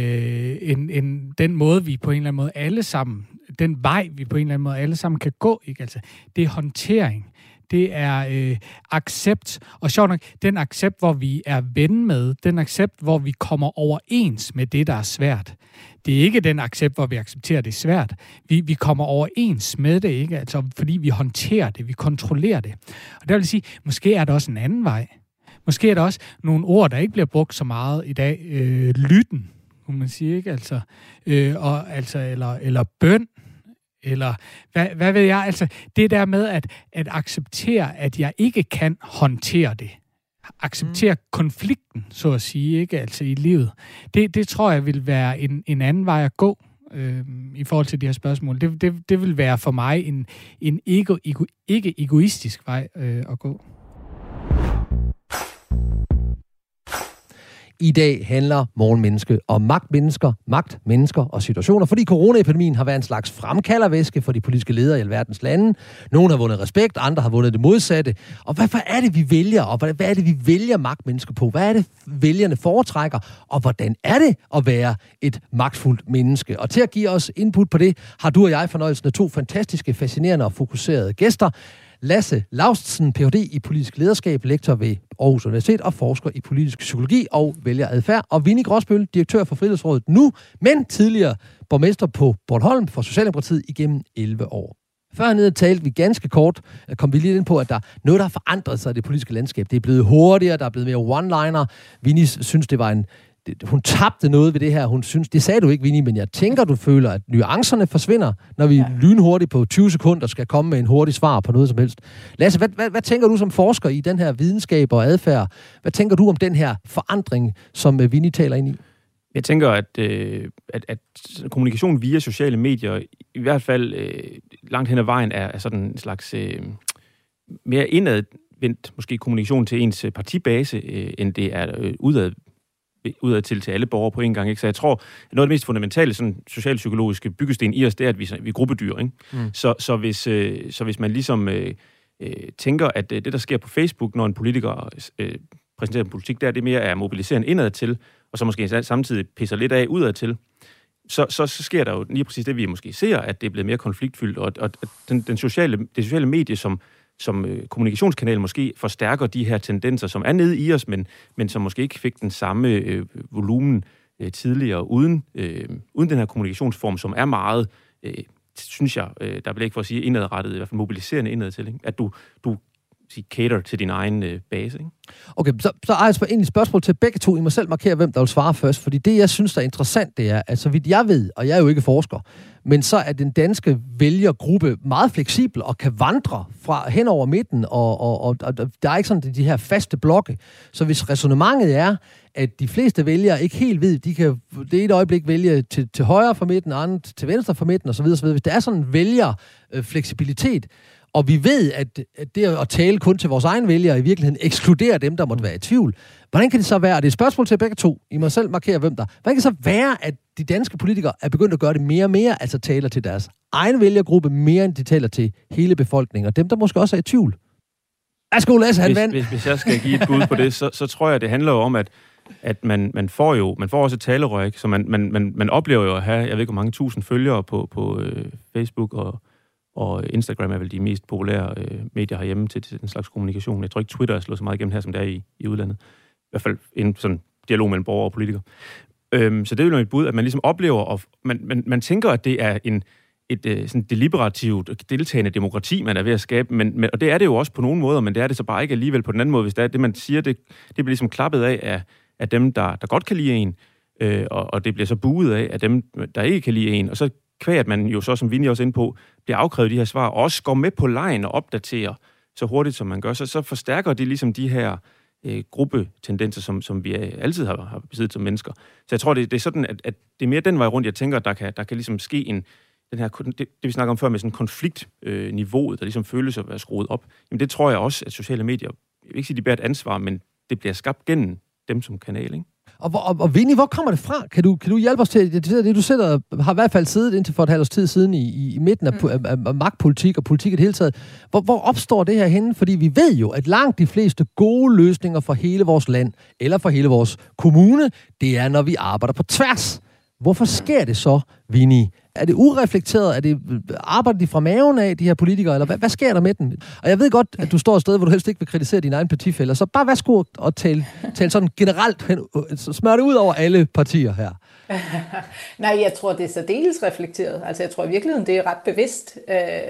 [SPEAKER 4] den måde, vi på en eller anden måde alle sammen, den vej, vi på en eller anden måde alle sammen kan gå, ikke? Altså, det er håndtering. Det er accept, og sjovt nok, den accept, hvor vi er ven med, den accept, hvor vi kommer overens med det, der er svært. Det er ikke den accept, hvor vi accepterer, det er svært. Vi kommer overens med det, ikke? Altså, fordi vi håndterer det, vi kontrollerer det. Og der vil sige, måske er der også en anden vej. Måske er der også nogle ord, der ikke bliver brugt så meget i dag. Lytten, kunne man sige, ikke? Altså, eller bøn. Eller hvad ved jeg? Altså, det der med at acceptere, at jeg ikke kan håndtere det. Acceptere konflikten, så at sige, ikke? Altså i livet. Det tror jeg vil være en anden vej at gå i forhold til de her spørgsmål. Det vil være for mig en ikke egoistisk vej at gå.
[SPEAKER 1] I dag handler Morgenmenneske om magtmennesker, magtmennesker og situationer, fordi coronaepidemien har været en slags fremkaldervæske for de politiske ledere i alverdens lande. Nogle har vundet respekt, andre har vundet det modsatte. Og hvad er det, vi vælger? Og hvad er det, vi vælger magtmennesker på? Hvad er det, vælgerne foretrækker? Og hvordan er det at være et magtfuldt menneske? Og til at give os input på det, har du og jeg fornøjelsen af to fantastiske, fascinerende og fokuserede gæster. Lasse Laustsen, Ph.D. i politisk lederskab, lektor ved Aarhus Universitet og forsker i politisk psykologi og vælgeradfærd. Og Winnie Gråsbøl, direktør for Frihedsrådet nu, men tidligere borgmester på Bornholm for Socialdemokratiet igennem 11 år. Førnede talte vi ganske kort, kom vi lige ind på, at der er noget, der har forandret sig i det politiske landskab. Det er blevet hurtigere, der er blevet mere one-liner. Winnie synes, det var hun tabte noget ved det her. Hun synes, det sagde du ikke, Winnie, men jeg tænker, du føler, at nuancerne forsvinder, når vi lynhurtigt på 20 sekunder skal komme med en hurtig svar på noget som helst. Lasse, hvad tænker du som forsker i den her videnskab og adfærd? Hvad tænker du om den her forandring, som Winnie taler ind i?
[SPEAKER 6] Jeg tænker, at kommunikation via sociale medier, i hvert fald langt hen ad vejen, er sådan en slags mere indadvendt måske kommunikation til ens partibase, end det er udad til alle borgere på en gang. Ikke? Så jeg tror, at noget af det mest fundamentale sådan, socialpsykologiske byggesten i os, det er, at vi er gruppedyr. Ikke? Mm. Så hvis man ligesom tænker, at det, der sker på Facebook, når en politiker præsenterer en politik, det mere er mobiliserende indad til, og så måske samtidig pisser lidt af udad til, så sker der jo lige præcis det, vi måske ser, at det er blevet mere konfliktfyldt, og det sociale medie som kommunikationskanal måske forstærker de her tendenser, som er nede i os, men som måske ikke fik den samme volumen tidligere, uden den her kommunikationsform, som er meget, synes jeg, der vil ikke for at sige indadrettet, i hvert fald mobiliserende indad til, ikke? At du cater til din egen base, ikke?
[SPEAKER 1] Okay, så har jeg egentlig spørgsmål til begge to. I må selv markere, hvem der vil svare først, fordi det, jeg synes, der er interessant, det er, at så vidt jeg ved, og jeg er jo ikke forsker, men så er den danske vælgergruppe meget fleksibel og kan vandre fra hen over midten, og der er ikke sådan de her faste blokke. Så hvis ræsonnementet er, at de fleste vælgere ikke helt ved, de kan det ene øjeblik vælge til højre for midten, og andet til venstre for midten, osv. Hvis der er sådan en vælgerfleksibilitet, og vi ved, at det at tale kun til vores egen vælgere i virkeligheden ekskluderer dem, der måtte være i tvivl. Hvordan kan det så være, og det er et spørgsmål til begge to, I må selv markere, hvem der. Hvordan kan det så være, at de danske politikere er begyndt at gøre det mere og mere, altså taler til deres egen vælgergruppe mere, end de taler til hele befolkningen, og dem, der måske også er i tvivl? Værsgo, Lasse, han vandt.
[SPEAKER 6] Hvis jeg skal give et bud på det, så tror jeg, det handler jo om, at man får også et talerør, ikke? Så man oplever jo at have, jeg ved ikke, hvor mange tusind følgere på Facebook og Instagram er vel de mest populære medier herhjemme til den slags kommunikation. Jeg tror ikke, Twitter er slået så meget igennem her, som det er i udlandet. I hvert fald en sådan dialog mellem borgere og politikere. Så det er jo et bud, at man ligesom oplever, og man tænker, at det er et sådan deliberativt deltagende demokrati, man er ved at skabe, og det er det jo også på nogle måder, men det er det så bare ikke alligevel på den anden måde. Hvis det er det, man siger, det bliver ligesom klappet af dem, der godt kan lide en, og det bliver så buet af dem, der ikke kan lide en, og så kvæg, at man jo så, som Vinnie også er inde på, bliver afkrævet de her svar, og også går med på lejen og opdaterer så hurtigt, som man gør, så forstærker det ligesom de her gruppetendenser, som vi altid har besiddet som mennesker. Så jeg tror, det er sådan, at det er mere den vej rundt, jeg tænker, der kan ligesom ske det vi snakker om før med sådan konfliktniveauet, der ligesom føles at være skruet op. Jamen det tror jeg også, at sociale medier, jeg vil ikke sige, de bærer et ansvar, men det bliver skabt gennem dem som kanal, ikke?
[SPEAKER 1] Og Vinnie, hvor kommer det fra? Kan du hjælpe os til det? Du har i hvert fald siddet indtil for et halvt års tid siden i midten af magtpolitik og politik i det hele taget. Hvor opstår det her henne? Fordi vi ved jo, at langt de fleste gode løsninger for hele vores land, eller for hele vores kommune, det er, når vi arbejder på tværs. Hvorfor sker det så, Vinnie? Er det ureflekteret? Arbejder de fra maven af, de her politikere? Eller hvad sker der med dem? Og jeg ved godt, at du står et sted, hvor du helst ikke vil kritisere dine egne partifæller. Så bare værsgo og tale sådan generelt, smør det ud over alle partier her.
[SPEAKER 7] Nej, jeg tror, det er særdeles reflekteret. Altså, jeg tror i virkeligheden, det er ret bevidst,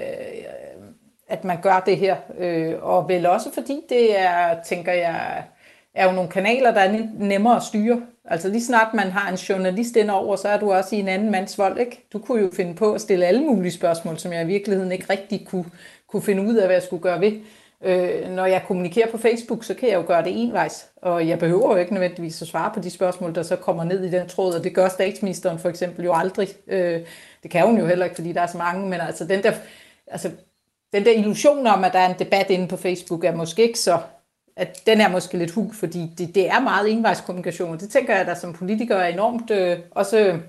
[SPEAKER 7] at man gør det her. Og vel også fordi det er, tænker jeg, er jo nogle kanaler, der er nemmere at styre. Altså lige snart man har en journalist indover, så er du også i en anden mands vold, ikke? Du kunne jo finde på at stille alle mulige spørgsmål, som jeg i virkeligheden ikke rigtig kunne finde ud af, hvad jeg skulle gøre ved. Når jeg kommunikerer på Facebook, så kan jeg jo gøre det envejs, og jeg behøver jo ikke nødvendigvis at svare på de spørgsmål, der så kommer ned i den tråd, og det gør statsministeren for eksempel jo aldrig. Det kan hun jo heller ikke, fordi der er så mange, men altså den der illusion om, at der er en debat inde på Facebook, er måske ikke så, at den er måske lidt hul, fordi det er meget envejskommunikation. Det tænker jeg, at der som politiker er enormt også,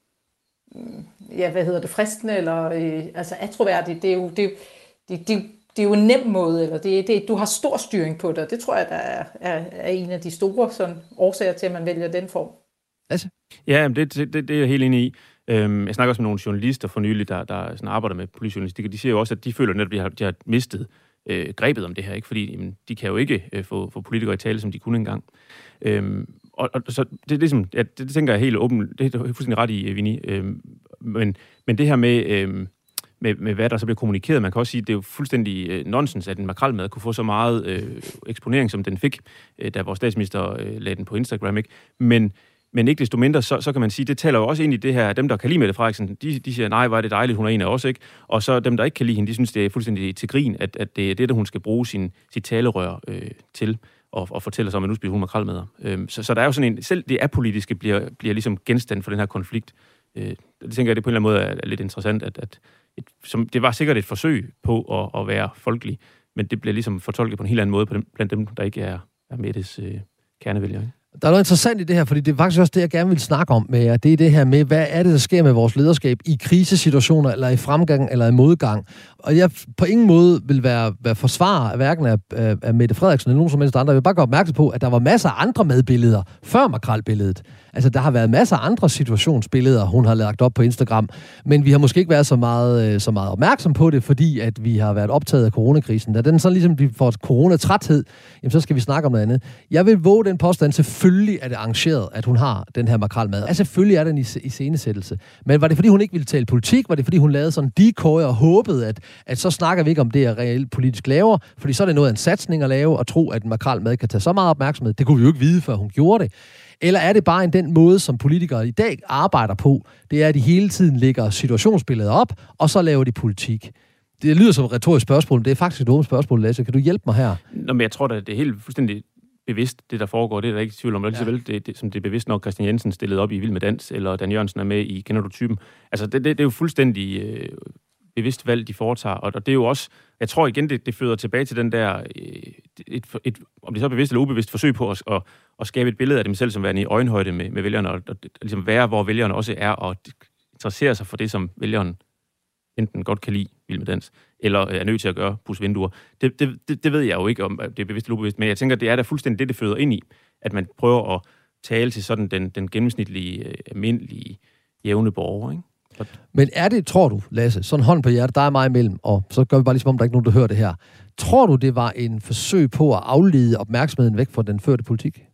[SPEAKER 7] fristende, eller attråværdigt. Det er jo en nem måde, eller du har stor styring på det, og det tror jeg, der er en af de store sådan, årsager til, at man vælger den form.
[SPEAKER 1] Altså.
[SPEAKER 6] Ja, det er jeg helt enig i. Jeg snakker også med nogle journalister for nylig, der sådan arbejder med politisk journalistik, og de siger jo også, at de føler netop, at de har mistet grebet om det her, ikke? Fordi jamen, de kan jo ikke få politikere i tale, som de kunne engang. Og så det er ligesom, ja, det tænker jeg helt åbent, det er fuldstændig ret i, Vinnie. Men det her med hvad der så bliver kommunikeret, man kan også sige, det er jo fuldstændig nonsens, at en makrelmad kunne få så meget eksponering, som den fik, da vores statsminister lagde den på Instagram, ikke? Men ikke desto mindre, så kan man sige, det taler jo også ind i det her, dem der kan lide Mette Frederiksen, de siger, nej, hvor er det dejligt, hun er en af os, ikke? Og så dem, der ikke kan lide hende, de synes, det er fuldstændig til grin, at det er det, der hun skal bruge sit talerør til, og fortælle sig om, at nu spiser hun makrelmadder. Så der er jo sådan en, selv det apolitiske bliver ligesom genstand for den her konflikt. Det tænker jeg, det på en eller anden måde er lidt interessant, det var sikkert et forsøg på at være folkelig, men det bliver ligesom fortolket på en helt anden måde blandt dem, der ikke er Mettes kernevælgere, ikke?
[SPEAKER 1] Der er noget interessant i det her, fordi det er faktisk også det, jeg gerne vil snakke om med jer. Det er det her med, hvad er det, der sker med vores lederskab i krisesituationer, eller i fremgang, eller i modgang. Og jeg på ingen måde vil være forsvarer af hverken af Mette Frederiksen eller nogen som helst andre. Jeg vil bare gøre opmærksom på, at der var masser af andre medbilleder før makrelbilledet. Altså, der har været masser af andre situationsbilleder, hun har lagt op på Instagram, men vi har måske ikke været så meget opmærksom på det, fordi at vi har været optaget af coronakrisen. Da den så ligesom vi får coronatræthed, jamen så skal vi snakke om noget andet. Jeg vil våge den påstand, selvfølgelig er det arrangeret, at hun har den her makrelmad. Altså, selvfølgelig er den i scenesættelse. Men var det, fordi hun ikke ville tale politik? Var det, fordi hun lavede sådan en decoy og håbede, at så snakker vi ikke om det, jeg reelt politisk laver? Fordi så er det noget af en satsning at lave, og tro, at en makrelmad kan tage så meget opmærksomhed. Det kunne vi jo ikke vide, før hun gjorde det. Eller er det bare den måde, som politikere i dag arbejder på? Det er, at de hele tiden lægger situationsbilleder op, og så laver de politik. Det lyder som et retorisk spørgsmål, men det er faktisk et dumt spørgsmål, Lasse. Kan du hjælpe mig her?
[SPEAKER 6] Nå, men jeg tror da, det er helt fuldstændig bevidst, det der foregår. Det er der ikke tvivl om. Det er selvfølgelig, som det er bevidst nok, Christian Jensen stillede op i Vild med Dans, eller Dan Jørgensen er med i Kender du typen? Altså, det er jo fuldstændig bevidst valg, de foretager. Og det er jo også, jeg tror igen, det føder tilbage til den der, om det så er bevidst eller ubevidst, forsøg på at skabe et billede af dem selv, som værende i øjenhøjde med vælgerne, og ligesom være, hvor vælgerne også er, og interessere sig for det, som vælgeren enten godt kan lide, Vild med Dans, eller er nødt til at gøre, pusse vinduer. Det ved jeg jo ikke, om det er bevidst eller ubevidst, men jeg tænker, det er da fuldstændig det føder ind i, at man prøver at tale til sådan den gennemsnitlige, almindelige, jævne borger, ikke?
[SPEAKER 1] Men er det, tror du, Lasse, sådan hånd på hjertet, der er mig imellem, og så gør vi bare ligesom om, der er ikke nogen, der hører det her. Tror du, det var en forsøg på at aflede opmærksomheden væk fra den førte politik?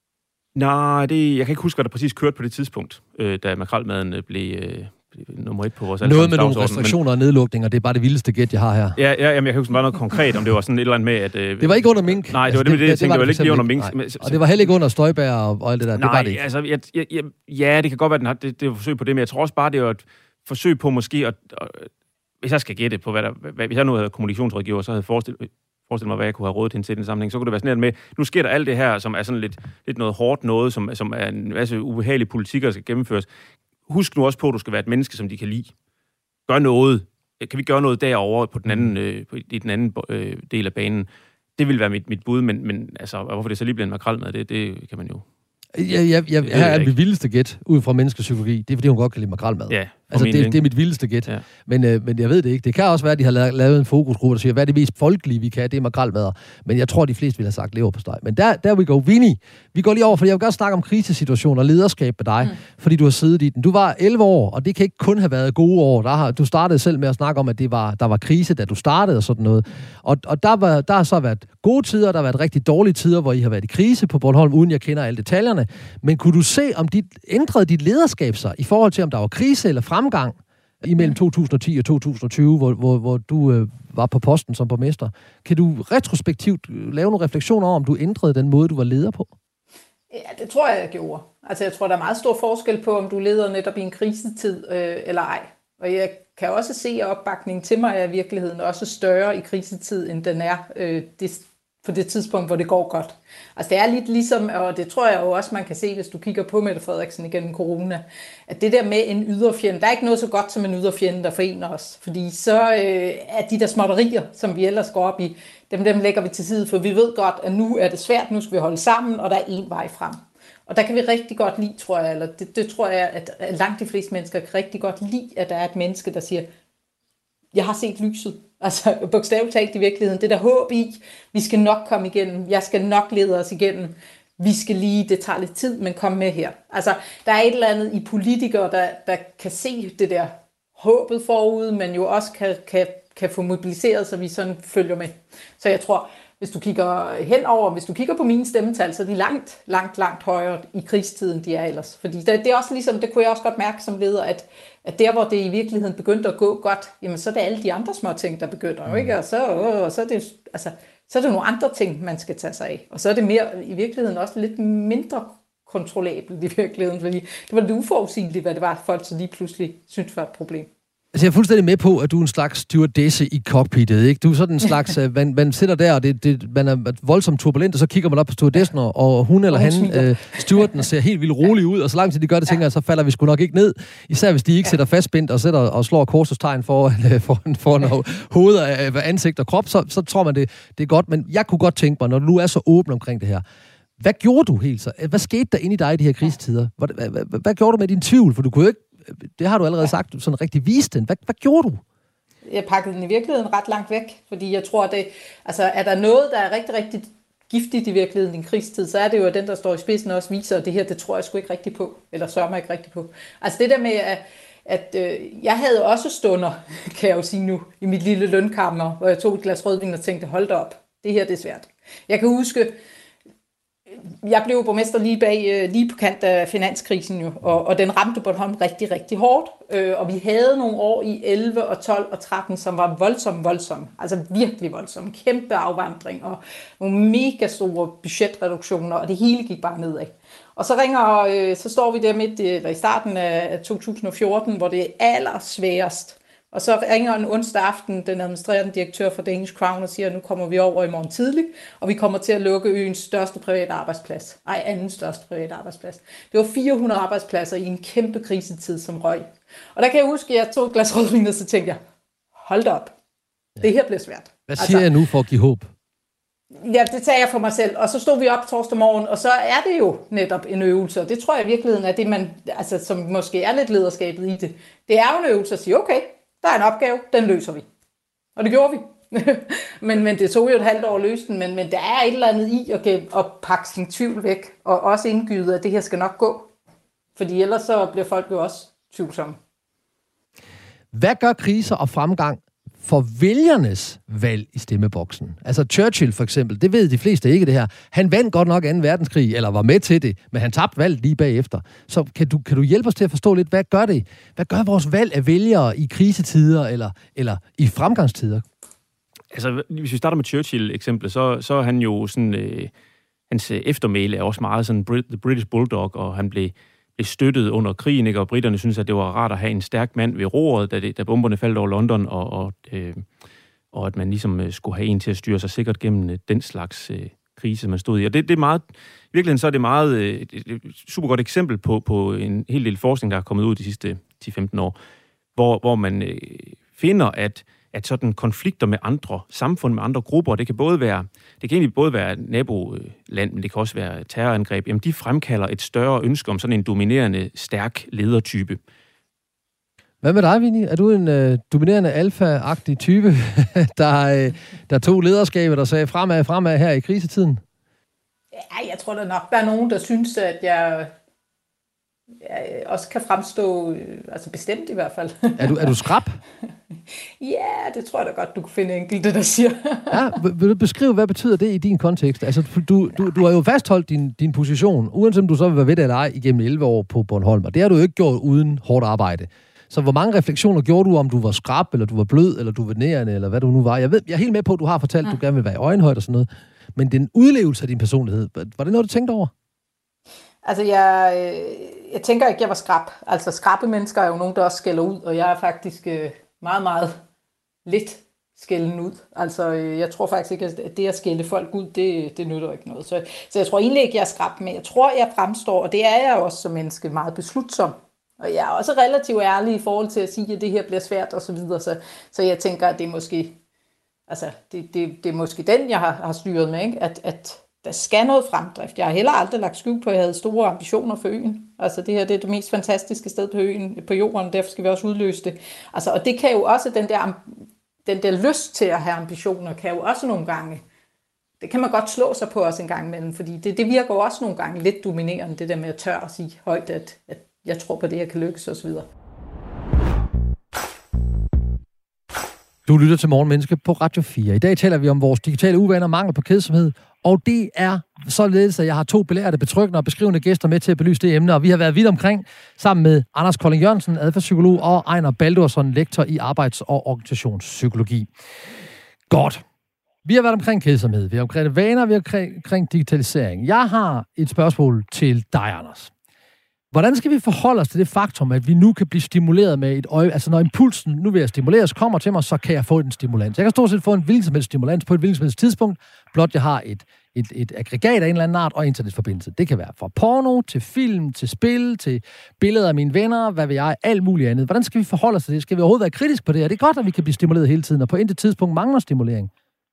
[SPEAKER 6] Nej, jeg kan ikke huske, hvad der præcis kørte på det tidspunkt, da makrelmaden blev nummer 1 på vores
[SPEAKER 1] noget med nogle restriktioner og nedlukninger, det er bare det vildeste gæt, jeg har her.
[SPEAKER 6] Ja, jamen, jeg kan huske, det var noget konkret, om det var sådan et eller andet med, at...
[SPEAKER 1] det var ikke under mink.
[SPEAKER 6] Nej, det var det, jeg tænkte, det var ikke lige under mink.
[SPEAKER 1] Og det var heller ikke under Støjberg og alt det der,
[SPEAKER 6] nej,
[SPEAKER 1] det var det ikke.
[SPEAKER 6] Altså, ja, det kan godt være, det var et forsøg på det, men jeg tror også bare, det var et forsøg på måske at hvis jeg skal gætte på, hvis jeg nu havde kommunikationsrådgiver, så havde forestillet mig, hvad jeg kunne have rådet hende til den sammenhæng, så kunne det være sådan med, nu sker der alt det her, som er sådan lidt noget hårdt noget, som er en masse ubehagelige politikker, der skal gennemføres. Husk nu også på, at du skal være et menneske, som de kan lide. Gør noget. Kan vi gøre noget derovre på den anden, i den anden del af banen? Det vil være mit bud, men altså, hvorfor det så lige bliver en makrelmad, det kan man jo...
[SPEAKER 1] Her er mit vildeste gæt ud fra menneskepsykologi. Det er, fordi hun godt kan lide makrelmad.
[SPEAKER 6] Ja,
[SPEAKER 1] altså, det er mit vildeste gæt. Ja. Men jeg ved det ikke. Det kan også være, at de har lavet en fokusgruppe, der siger, hvad er det mest folkelige, vi kan? Det er makrelmad. Men jeg tror, de fleste ville have sagt leverpostej. Men der we go. Vinnie, vi går lige over, for jeg vil godt snakke om krisesituationer og lederskab med dig, fordi du har siddet i den. Du var 11 år, og det kan ikke kun have været gode år. Du startede selv med at snakke om, at der var krise, da du startede og sådan noget. Og der har så været gode tider, der har været rigtig dårlige tider, hvor I har været i krise på Bornholm, uden jeg kender alle detaljerne. Men kunne du se, om ændrede dit lederskab sig i forhold til, om der var krise eller fremgang imellem 2010 og 2020, hvor du var på posten som borgmester? Kan du retrospektivt lave nogle refleksioner over, om du ændrede den måde, du var leder på?
[SPEAKER 7] Ja, det tror jeg gjorde. Altså, jeg tror, der er meget stor forskel på, om du leder netop i en krisetid eller ej. Og jeg kan også se, at opbakningen til mig er i virkeligheden også større i krisetid, end den er på det tidspunkt, hvor det går godt. Altså det er lidt ligesom, og det tror jeg jo også, man kan se, hvis du kigger på Mette Frederiksen igennem corona, at det der med en yderfjende, der er ikke noget så godt som en yderfjende, der forener os. Fordi så er de der småtterier, som vi ellers går op i, dem lægger vi til side, for vi ved godt, at nu er det svært, nu skal vi holde sammen, og der er én vej frem. Og der kan vi rigtig godt lide, tror jeg, eller det tror jeg, at langt de fleste mennesker kan rigtig godt lide, at der er et menneske, der siger, jeg har set lyset. Altså bogstaveligt talt i virkeligheden. Det der håb i, vi skal nok komme igennem, jeg skal nok lede os igennem, vi skal lige, det tager lidt tid, men kom med her. Altså der er et eller andet i politikere, der kan se det der håbet forud, men jo også kan få mobiliseret, så vi sådan følger med. Så jeg tror, hvis du kigger på mine stemmetal, så er de langt højere i krigstiden, de er ellers. Fordi det er også ligesom, det kunne jeg også godt mærke som leder, at der, hvor det i virkeligheden begyndte at gå godt, jamen så er det alle de andre små ting, der begynder, ikke? Og så er det, altså, så er det nogle andre ting, man skal tage sig af. Og så er det mere, i virkeligheden også lidt mindre kontrollabelt i virkeligheden, fordi det var lidt uforudsigeligt, hvad det var, folk så lige pludselig syntes var et problem.
[SPEAKER 1] Altså, jeg er fuldstændig med på, at du er en slags stewardesse i cockpittet, ikke? Du er sådan en slags, man sidder der, og man er voldsomt turbulent, og så kigger man op på stewardessen, og hun eller han, stewarden, ser helt vildt rolig ud, og så langt til de gør det, tænker jeg, så falder vi sgu nok ikke ned. Især hvis de ikke sætter fastspændt og sætter og slår korsestegn foran hovedet af ansigt og krop, så tror man, det er godt. Men jeg kunne godt tænke mig, når du nu er så åben omkring det her, hvad gjorde du helt så? Hvad skete der inde i dig i de her krisetider? Hvad gjorde du med din tvivl? For du kunne jo ikke, det har du allerede sagt, sådan rigtig vist den. Hvad gjorde du?
[SPEAKER 7] Jeg pakkede den i virkeligheden ret langt væk, fordi jeg tror, er der noget, der er rigtig, rigtig giftigt i virkeligheden i en krigstid, så er det jo, at den, der står i spidsen, også viser, at det her, det tror jeg sgu ikke rigtigt på, eller sørger mig ikke rigtigt på. Altså det der med, at jeg havde også stunder, kan jeg jo sige nu, i mit lille lønkammer, hvor jeg tog et glas rødvin og tænkte, hold da op, det her det er svært. Jeg kan huske, jeg blev borgmester lige på kant af finanskrisen jo, og den ramte Bornholm rigtig, rigtig hårdt. Og vi havde nogle år i 11 og 12 og 13, som var voldsomme. Altså virkelig voldsomme. Kæmpe afvandring og nogle mega store budgetreduktioner, og det hele gik bare nedad. Og så står vi der i starten af 2014, hvor det er allersværest. Og så ringer en onsdag aften den administrerende direktør for Danish Crown og siger, at nu kommer vi over i morgen tidligt, og vi kommer til at lukke øens største private arbejdsplads. Anden største private arbejdsplads. Det var 400 arbejdspladser i en kæmpe krisetid som røg. Og der kan jeg huske, at jeg tog et glas rødvin, og så tænkte jeg, hold da op, det her bliver svært.
[SPEAKER 1] Hvad siger jeg nu for at give håb?
[SPEAKER 7] Ja, det tager jeg for mig selv. Og så stod vi op torsdag morgen, og så er det jo netop en øvelse. Og det tror jeg i virkeligheden er det, man, altså, som måske er lidt lederskabet i det. Det er jo en øvelse at sige, okay, der er en opgave, den løser vi. Og det gjorde vi. men det tog jo et halvt år at løse den, men der er et eller andet i at pakke sin tvivl væk, og også indgyde, at det her skal nok gå. Fordi ellers så bliver folk jo også tvivlsomme.
[SPEAKER 1] Hvad gør kriser og fremgang for vælgernes valg i stemmeboksen? Altså Churchill for eksempel, det ved de fleste ikke det her. Han vandt godt nok 2. verdenskrig, eller var med til det, men han tabte valget lige bagefter. Så kan du hjælpe os til at forstå lidt, hvad gør det? Hvad gør vores valg af vælgere i krisetider eller i fremgangstider?
[SPEAKER 6] Altså, hvis vi starter med Churchill-eksemplet, så er han jo sådan... hans eftermæle er også meget sådan The British Bulldog, og han blev støttet under krigen, ikke? Og britterne synes, at det var rart at have en stærk mand ved roret, da bomberne faldt over London, og at man ligesom skulle have en til at styre sig sikkert gennem den slags krise, man stod i. Og det er meget, i virkeligheden så er det meget et super godt eksempel på en hel del forskning, der er kommet ud de sidste 10-15 år, hvor man finder, at sådan konflikter med andre samfund, med andre grupper, det kan egentlig både være naboland, men det kan også være terrorangreb, jamen de fremkalder et større ønske om sådan en dominerende, stærk ledertype.
[SPEAKER 1] Hvad med dig, Vinnie? Er du en dominerende alfa-agtig type, der tog lederskabet og sagde fremad her i krisetiden?
[SPEAKER 7] Ja, jeg tror da nok, der er nogen, der synes, at jeg også kan fremstå, altså bestemt i hvert fald.
[SPEAKER 1] Er du skrap?
[SPEAKER 7] Ja, det tror jeg da godt, du kunne finde enkelte, der siger.
[SPEAKER 1] Ja, vil du beskrive, hvad betyder det i din kontekst? Altså, du har jo fastholdt din position, uanset om du så vil være ved det eller ej, igennem 11 år på Bornholm, og det har du jo ikke gjort uden hårdt arbejde. Så hvor mange refleksioner gjorde du, om du var skrap, eller du var blød, eller du var nærende, eller hvad du nu var? Jeg er helt med på, at du har fortalt, at du gerne vil være i øjenhøjde og sådan noget, men den udlevelse af din personlighed, var det noget, du tænkte over?
[SPEAKER 7] Altså, jeg tænker ikke, jeg var skrap. Altså, skrappe mennesker er jo nogen, der også skælder ud, og jeg er faktisk meget, meget lidt skælden ud. Altså, jeg tror faktisk ikke, at det at skælde folk ud, det nytter ikke noget. Så jeg tror egentlig ikke, jeg er skrap, men jeg tror, jeg fremstår, og det er jeg også som menneske, meget beslutsom. Og jeg er også relativt ærlig i forhold til at sige, at det her bliver svært og så videre. Så jeg tænker, at det er måske, altså, det er måske den, jeg har styret med, ikke? At der skal noget fremdrift. Jeg har heller aldrig lagt skjul på, at jeg havde store ambitioner for øen. Altså det her, det er det mest fantastiske sted på øen, på jorden, derfor skal vi også udløse det. Altså, og det kan jo også, den der lyst til at have ambitioner, kan jo også nogle gange, det kan man godt slå sig på også en gang imellem, fordi det virker jo også nogle gange lidt dominerende, det der med at tør at sige højt, at jeg tror på det, jeg kan lykkes osv.
[SPEAKER 1] Du lytter til Morgenmenneske på Radio 4. I dag taler vi om vores digitale uvaner, mangel på kedsomhed, og det er således, at jeg har 2 belærte, betryggende og beskrivende gæster med til at belyse det emne, og vi har været vidt omkring sammen med Anders Kolding Jørgensen, adfærdspsykolog, og Ejner Baldursson, lektor i arbejds- og organisationspsykologi. Godt. Vi har været omkring kedsomhed, vi har omkring vaner, vi har omkring digitalisering. Jeg har et spørgsmål til dig, Anders. Hvordan skal vi forholde os til det faktum, at vi nu kan blive stimuleret med et øje? Altså når impulsen, nu vil jeg stimuleres, kommer til mig, så kan jeg få en stimulans. Jeg kan stort set få en hvilken som helst stimulans på et hvilken som helst tidspunkt, blot jeg har et aggregat af en eller anden art og internetforbindelse. Det kan være fra porno, til film, til spil, til billeder af mine venner, hvad ved jeg, alt muligt andet. Hvordan skal vi forholde os til det? Skal vi overhovedet være kritisk på det? Er det godt, at vi kan blive stimuleret hele tiden, og på intet tidspunkt mangler stimulering?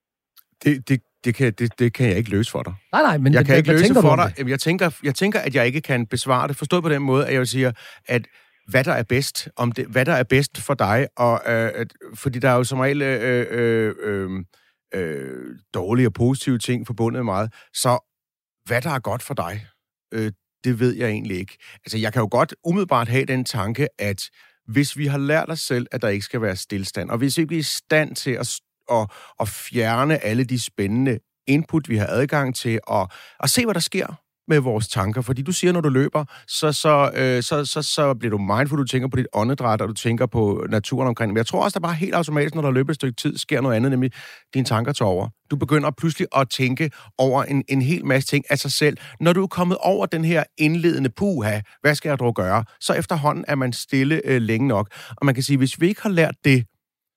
[SPEAKER 8] Det kan jeg ikke løse for dig.
[SPEAKER 1] Nej, men
[SPEAKER 8] jeg kan ikke løse for dig.
[SPEAKER 1] Jeg
[SPEAKER 8] tænker, at jeg ikke kan besvare det. Forstået på den måde, at jeg siger, at hvad der er bedst, hvad der er bedst for dig, og fordi der er jo som regel dårlige og positive ting forbundet med meget. Så hvad der er godt for dig, det ved jeg egentlig ikke. Altså, jeg kan jo godt umiddelbart have den tanke, at hvis vi har lært os selv, at der ikke skal være stillstand, og hvis vi er i stand til at fjerne alle de spændende input, vi har adgang til, og se, hvad der sker med vores tanker. Fordi du siger, når du løber, så bliver du mindful, du tænker på dit åndedræt, og du tænker på naturen omkring. Men jeg tror også, der bare helt automatisk, når der løber et stykke tid, sker noget andet, nemlig dine tanker tager over. Du begynder pludselig at tænke over en hel masse ting af sig selv. Når du er kommet over den her indledende puha, hvad skal jeg dog gøre? Så efterhånden er man stille længe nok. Og man kan sige, hvis vi ikke har lært det,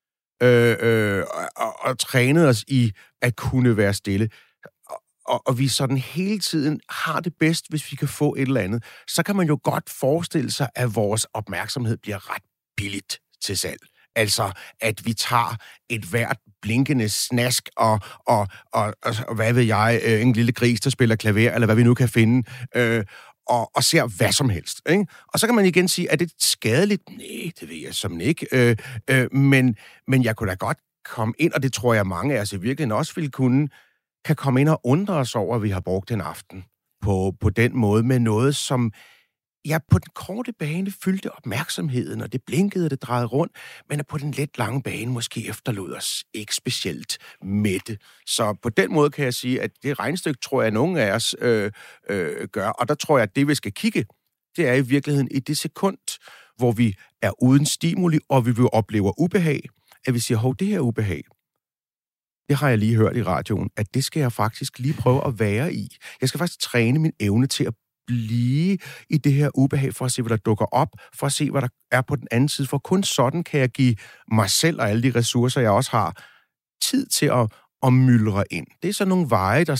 [SPEAKER 8] og trænet os i at kunne være stille, og vi sådan hele tiden har det bedst, hvis vi kan få et eller andet, så kan man jo godt forestille sig, at vores opmærksomhed bliver ret billigt til salg. Altså, at vi tager et hvert blinkende snask og hvad ved jeg, en lille gris, der spiller klaver, eller hvad vi nu kan finde, og ser hvad som helst. Ikke? Og så kan man igen sige, er det skadeligt? Nej, det ved jeg som ikke. Men jeg kunne da godt komme ind, og det tror jeg mange af os i virkeligheden også ville kunne, kan komme ind og undre os over, at vi har brugt en aften på den måde med noget, som på den korte bane fyldte opmærksomheden, og det blinkede, og det drejede rundt, men på den let lange bane måske efterlod os ikke specielt mætte. Så på den måde kan jeg sige, at det regnestykke, tror jeg, nogen af os gør, og der tror jeg, at det, vi skal kigge, det er i virkeligheden i det sekund, hvor vi er uden stimuli, og vi vil opleve ubehag, at vi siger, hov, det her ubehag, det har jeg lige hørt i radioen, at det skal jeg faktisk lige prøve at være i. Jeg skal faktisk træne min evne til at blive i det her ubehag, for at se, hvad der dukker op, for at se, hvad der er på den anden side, for kun sådan kan jeg give mig selv og alle de ressourcer, jeg også har, tid til at myldre ind. Det er så nogle veje, der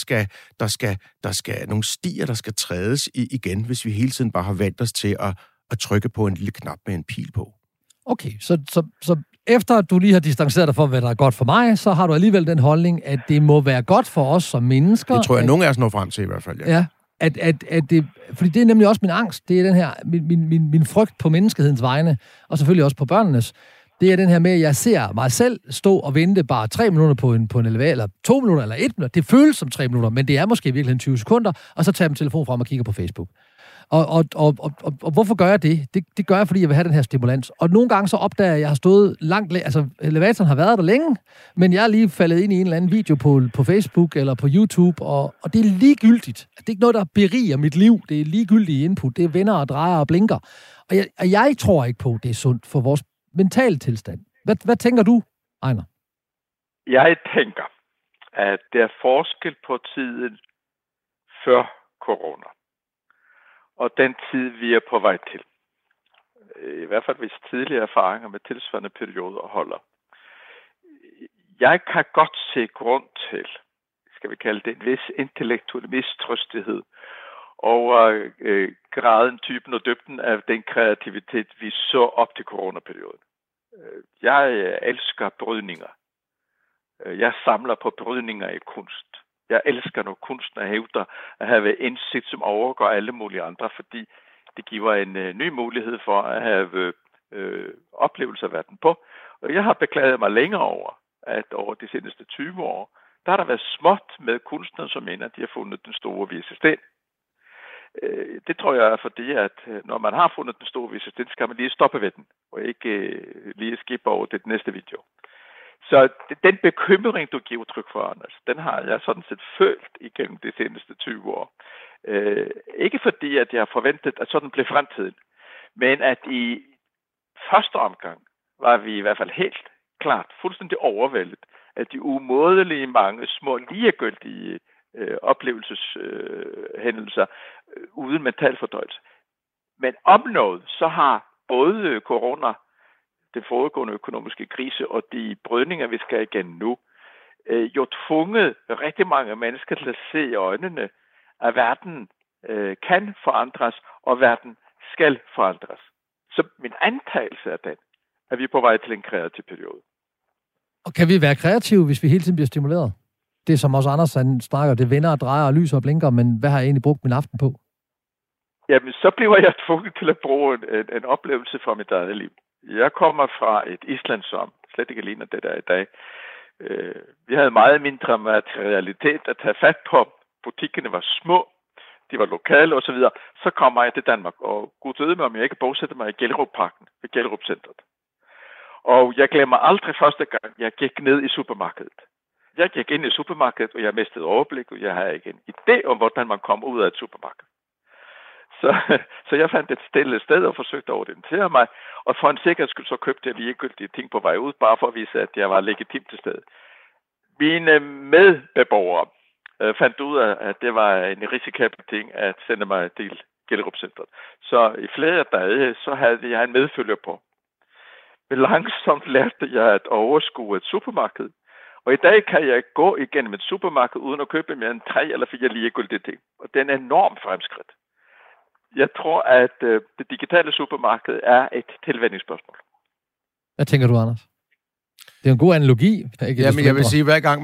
[SPEAKER 8] skal nogle stier, der skal trædes igen, hvis vi hele tiden bare har vendt os til at trykke på en lille knap med en pil på.
[SPEAKER 1] Okay, så efter at du lige har distanceret dig for, hvad der er godt for mig, så har du alligevel den holdning, at det må være godt for os som mennesker.
[SPEAKER 8] Det tror jeg, nogen af os når frem til i hvert fald, ja.
[SPEAKER 1] Ja, at det, fordi det er nemlig også min angst. Det er den her, min frygt på menneskehedens vegne, og selvfølgelig også på børnenes. Det er den her med, at jeg ser mig selv stå og vente bare 3 minutter på en elevator, eller 2 minutter, eller 1 minut. Det føles som 3 minutter, men det er måske virkelig 20 sekunder, og så tager jeg min telefon frem og kigger på Facebook. Og hvorfor gør jeg det? Det gør jeg, fordi jeg vil have den her stimulans. Og nogle gange så opdager jeg, at jeg har stået langt... Altså, elevatoren har været der længe, men jeg er lige faldet ind i en eller anden video på Facebook eller på YouTube, og det er ligegyldigt. Det er ikke noget, der beriger mit liv. Det er ligegyldigt input. Det er venner og drejer og blinker. Og jeg tror ikke på, at det er sundt for vores mentale tilstand. Hvad tænker du, Ejner?
[SPEAKER 9] Jeg tænker, at der er forskel på tiden før corona og den tid, vi er på vej til. I hvert fald hvis tidligere erfaringer med tilsvarende perioder holder. Jeg kan godt se grund til, skal vi kalde det, en vis intellektuel mistrøstighed over graden, typen og dybden af den kreativitet, vi så op til coronaperioden. Jeg elsker brydninger. Jeg samler på brydninger i kunst. Jeg elsker, når kunstnere hævder at have indsigt, som overgår alle mulige andre, fordi det giver en ny mulighed for at have oplevelser af verden på. Og jeg har beklaget mig længere over, at over de seneste 20 år, der har der været småt med kunstnere, som mener, at de har fundet den store vise sten. Det tror jeg er fordi, at når man har fundet den store vise sten, skal man lige stoppe ved den, og ikke lige skippe over til den næste video. Så den bekymring, du giver udtryk for, Anders, den har jeg sådan set følt igennem de seneste 20 år. Ikke fordi, at jeg har forventet, at sådan blev fremtiden, men at i første omgang var vi i hvert fald helt klart fuldstændig overvældet af de umådelige mange små ligegyldige oplevelseshændelser uden mental fordøjelse. Men om noget, så har både corona, den foregående økonomiske krise og de brydninger, vi skal igennem nu, jo tvunget rigtig mange mennesker til at se i øjnene, at verden kan forandres, og verden skal forandres. Så min antagelse er den, at vi er på vej til en kreativ periode.
[SPEAKER 1] Og kan vi være kreative, hvis vi hele tiden bliver stimuleret? Det som også Anders snakker, det vender og drejer og lyser og blinker, men hvad har jeg egentlig brugt min aften på?
[SPEAKER 9] Jamen, så bliver jeg tvunget til at bruge en oplevelse fra mit eget liv. Jeg kommer fra et Island, som slet ikke ligner det der i dag, Vi havde meget mindre materialitet at tage fat på. Butikkerne var små, de var lokale osv. Så kommer jeg til Danmark, og Gud døde mig, om jeg ikke bosætter mig i Gellerupparken, ved Gellerupcentret. Og jeg glemmer aldrig første gang, jeg gik ned i supermarkedet. Jeg gik ind i supermarkedet, og jeg mistede overblik, og jeg havde ikke en idé om, hvordan man kom ud af et supermarked. Så jeg fandt et stille sted og forsøgte at orientere mig, og for en sikkerheds skyld så købte jeg ligegyldige ting på vej ud, bare for at vise, at jeg var legitimt til stede. Mine medbeboere fandt ud af, at det var en risikabel ting at sende mig til Gellerupcentret. Så i flere dage, så havde jeg en medfølger på. Men langsomt lærte jeg at overskue et supermarked. Og i dag kan jeg gå igennem et supermarked uden at købe mere end 3 eller 4 ligegyldige ting. Og det er en enorm fremskridt. Jeg tror, at det digitale supermarked er et tilvændingsspørgsmål.
[SPEAKER 1] Hvad tænker du, Anders? Det er en god analogi.
[SPEAKER 8] Jamen, jeg vil sige, hver gang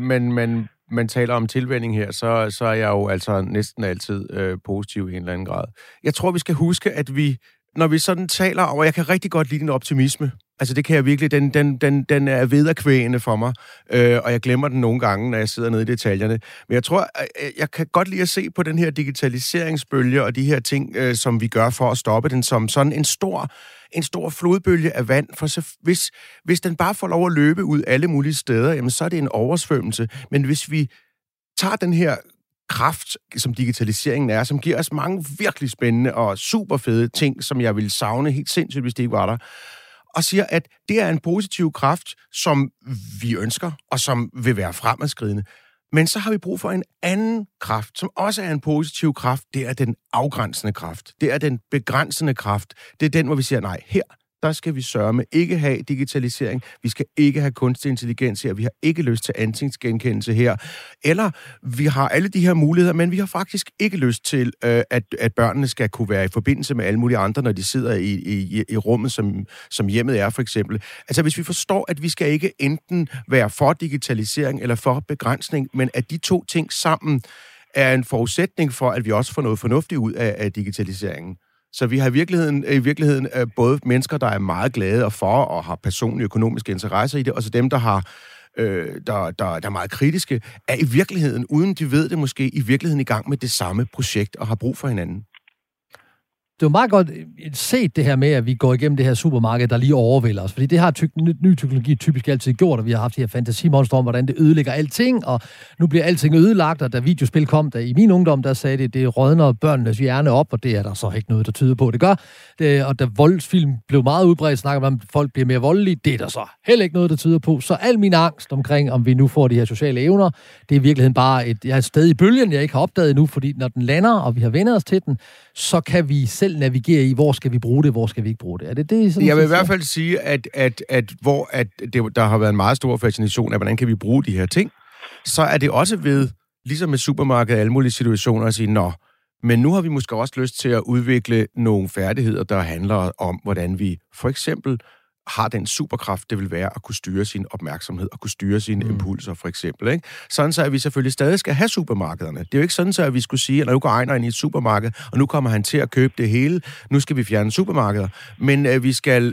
[SPEAKER 8] man taler om tilvænning her, så er jeg jo altså næsten altid positiv i en eller anden grad. Jeg tror, vi skal huske, at når vi sådan taler over, jeg kan rigtig godt lide din optimisme. Altså det kan jeg virkelig, den er vederkvægende for mig, og jeg glemmer den nogle gange, når jeg sidder nede i detaljerne. Men jeg tror, jeg kan godt lide at se på den her digitaliseringsbølge og de her ting, som vi gør for at stoppe den, som sådan en stor flodbølge af vand. For så, hvis den bare får lov at løbe ud alle mulige steder, jamen så er det en oversvømmelse. Men hvis vi tager den her kraft, som digitaliseringen er, som giver os mange virkelig spændende og super fede ting, som jeg ville savne helt sindssygt, hvis det ikke var der, og siger, at det er en positiv kraft, som vi ønsker, og som vil være fremadskridende. Men så har vi brug for en anden kraft, som også er en positiv kraft. Det er den afgrænsende kraft. Det er den begrænsende kraft. Det er den, hvor vi siger, nej, her, der skal vi sørge ikke have digitalisering. Vi skal ikke have kunstig intelligens her. Vi har ikke lyst til ansigtsgenkendelse her. Eller vi har alle de her muligheder, men vi har faktisk ikke lyst til, at børnene skal kunne være i forbindelse med alle mulige andre, når de sidder i rummet, som hjemmet er, for eksempel. Altså, hvis vi forstår, at vi skal ikke enten være for digitalisering eller for begrænsning, men at de to ting sammen er en forudsætning for, at vi også får noget fornuftigt ud af digitaliseringen. Så vi har i virkeligheden både mennesker, der er meget glade og for og har personlige økonomiske interesser i det, og så dem, der er meget kritiske, er i virkeligheden, uden de ved det måske, i virkeligheden i gang med det samme projekt og har brug for hinanden.
[SPEAKER 1] Det er jo meget godt set det her med, at vi går igennem det her supermarked, der lige overvælder os. Fordi det har ny teknologi typisk altid gjort, og vi har haft de her fantasimonstre om, hvordan det ødelægger alting, og nu bliver alting ødelagt, og da videospil kom, der i min ungdom, der sagde det rådner børnenes hjerne op, og det er der så ikke noget, der tyder på, det gør. Og da voldsfilm blev meget udbredt, snakker man om, at folk bliver mere voldelige, det er der så heller ikke noget, der tyder på. Så al min angst omkring, om vi nu får de her sociale evner, det er i virkeligheden bare et sted i bølgen, jeg ikke har opdaget endnu, fordi når den lander, og vi har vendt os til den, så kan vi selv navigere i, hvor skal vi bruge det, hvor skal vi ikke bruge det. Er det sådan,
[SPEAKER 8] jeg vil i hvert fald sige, at der har været en meget stor fascination af, hvordan kan vi bruge de her ting, så er det også ved, ligesom med supermarkedet og alle mulige situationer, at sige, men nu har vi måske også lyst til at udvikle nogle færdigheder, der handler om, hvordan vi for eksempel har den superkraft, det vil være at kunne styre sin opmærksomhed og kunne styre sine impulser, for eksempel. Ikke? Sådan så, at vi selvfølgelig stadig skal have supermarkederne. Det er jo ikke sådan så, at vi skulle sige, at nu går Ejner ind i et supermarked, og nu kommer han til at købe det hele. Nu skal vi fjerne supermarkeder. Men vi skal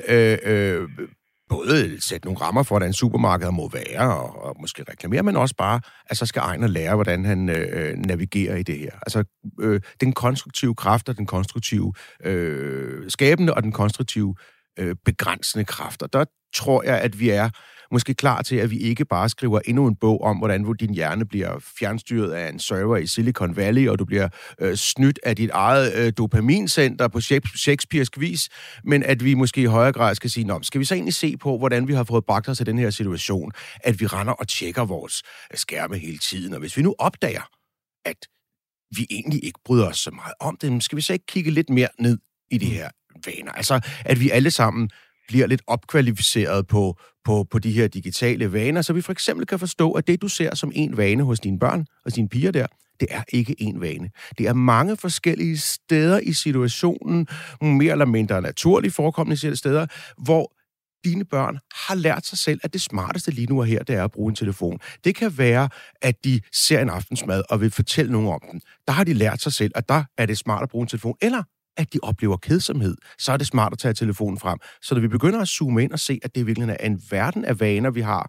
[SPEAKER 8] både sætte nogle rammer for, hvordan supermarkeder må være, og måske reklamere, men også bare, at så skal Ejner lære, hvordan han navigerer i det her. Altså, den konstruktive kraft og den konstruktive skabende og den konstruktive begrænsende kræfter. Der tror jeg, at vi er måske klar til, at vi ikke bare skriver endnu en bog om, hvordan din hjerne bliver fjernstyret af en server i Silicon Valley, og du bliver snydt af dit eget dopamincenter på Shakespearesk vis, men at vi måske i højere grad skal sige, skal vi så egentlig se på, hvordan vi har fået bragt os i den her situation, at vi render og tjekker vores skærme hele tiden, og hvis vi nu opdager, at vi egentlig ikke bryder os så meget om det, skal vi så ikke kigge lidt mere ned i det her vaner. Altså, at vi alle sammen bliver lidt opkvalificeret på de her digitale vaner, så vi for eksempel kan forstå, at det, du ser som en vane hos dine børn og dine piger der, det er ikke en vane. Det er mange forskellige steder i situationen, mere eller mindre naturligt forekommende steder, hvor dine børn har lært sig selv, at det smarteste lige nu og her, det er at bruge en telefon. Det kan være, at de ser en aftensmad og vil fortælle nogen om den. Der har de lært sig selv, at der er det smart at bruge en telefon, eller at de oplever kedsomhed, så er det smart at tage telefonen frem. Så når vi begynder at zoome ind og se, at det virkelig er en verden af vaner, vi har,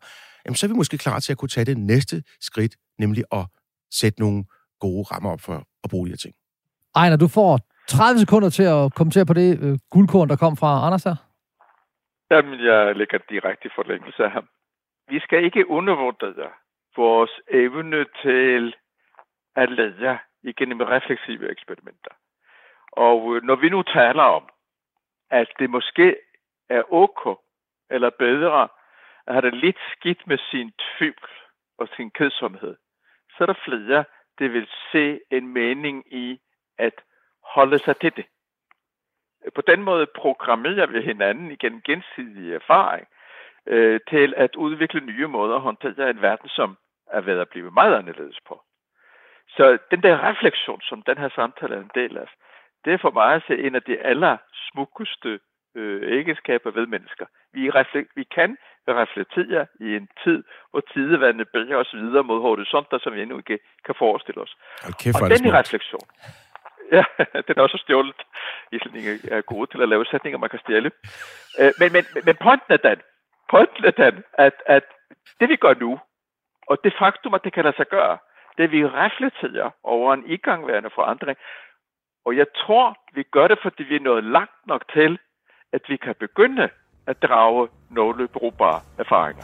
[SPEAKER 8] jamen, så er vi måske klar til at kunne tage det næste skridt, nemlig at sætte nogle gode rammer op for at bruge de her ting.
[SPEAKER 1] Ejner, du får 30 sekunder til at kommentere på det guldkorn, der kom fra Anders her.
[SPEAKER 9] Jamen, jeg lægger direkte i forlængelse af ham. Vi skal ikke undervurdere vores evne til at lære igennem refleksive eksperimenter. Og når vi nu taler om, at det måske er ok eller bedre at have det lidt skidt med sin tvivl og sin kedsomhed, så er der flere, der vil se en mening i at holde sig til det. På den måde programmerer vi hinanden igennem gensidig erfaring til at udvikle nye måder at håndtere en verden, som er ved at blive meget anderledes på. Så den der refleksion, som den her samtale er en del af, det er for mig at se en af de allersmukkeste egenskaber ved mennesker. Vi kan reflektere i en tid, hvor tidevandet bærer os videre mod horisonter, som vi endnu ikke kan forestille os. Og den refleksion, ja, den er også stjålet. Islændinge er gode til at lave sætninger, man kan stjæle. Men pointen er den, at det vi gør nu, og det faktum, at det kan lade sig gøre, det er, at vi reflekterer over en igangværende forandring. Og jeg tror, vi gør det, fordi vi er nået langt nok til, at vi kan begynde at drage nogle brugbare erfaringer.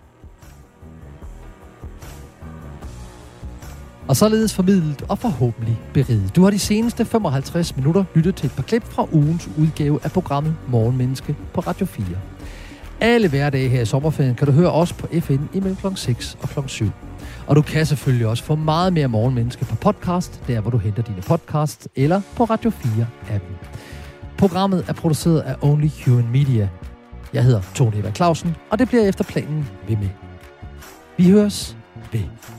[SPEAKER 1] Og således formidlet og forhåbentlig beriget. Du har de seneste 55 minutter lyttet til et par klip fra ugens udgave af programmet Morgenmenneske på Radio 4. Alle hverdage her i sommerferien kan du høre os på FN imellem kl. 6 og kl. 7. Og du kan selvfølgelig også få meget mere Morgenmenneske på podcast, der hvor du henter dine podcasts, eller på Radio 4-appen. Programmet er produceret af Only Human Media. Jeg hedder Tony Eva Clausen, og det bliver efter planen ved med. Vi høres ved.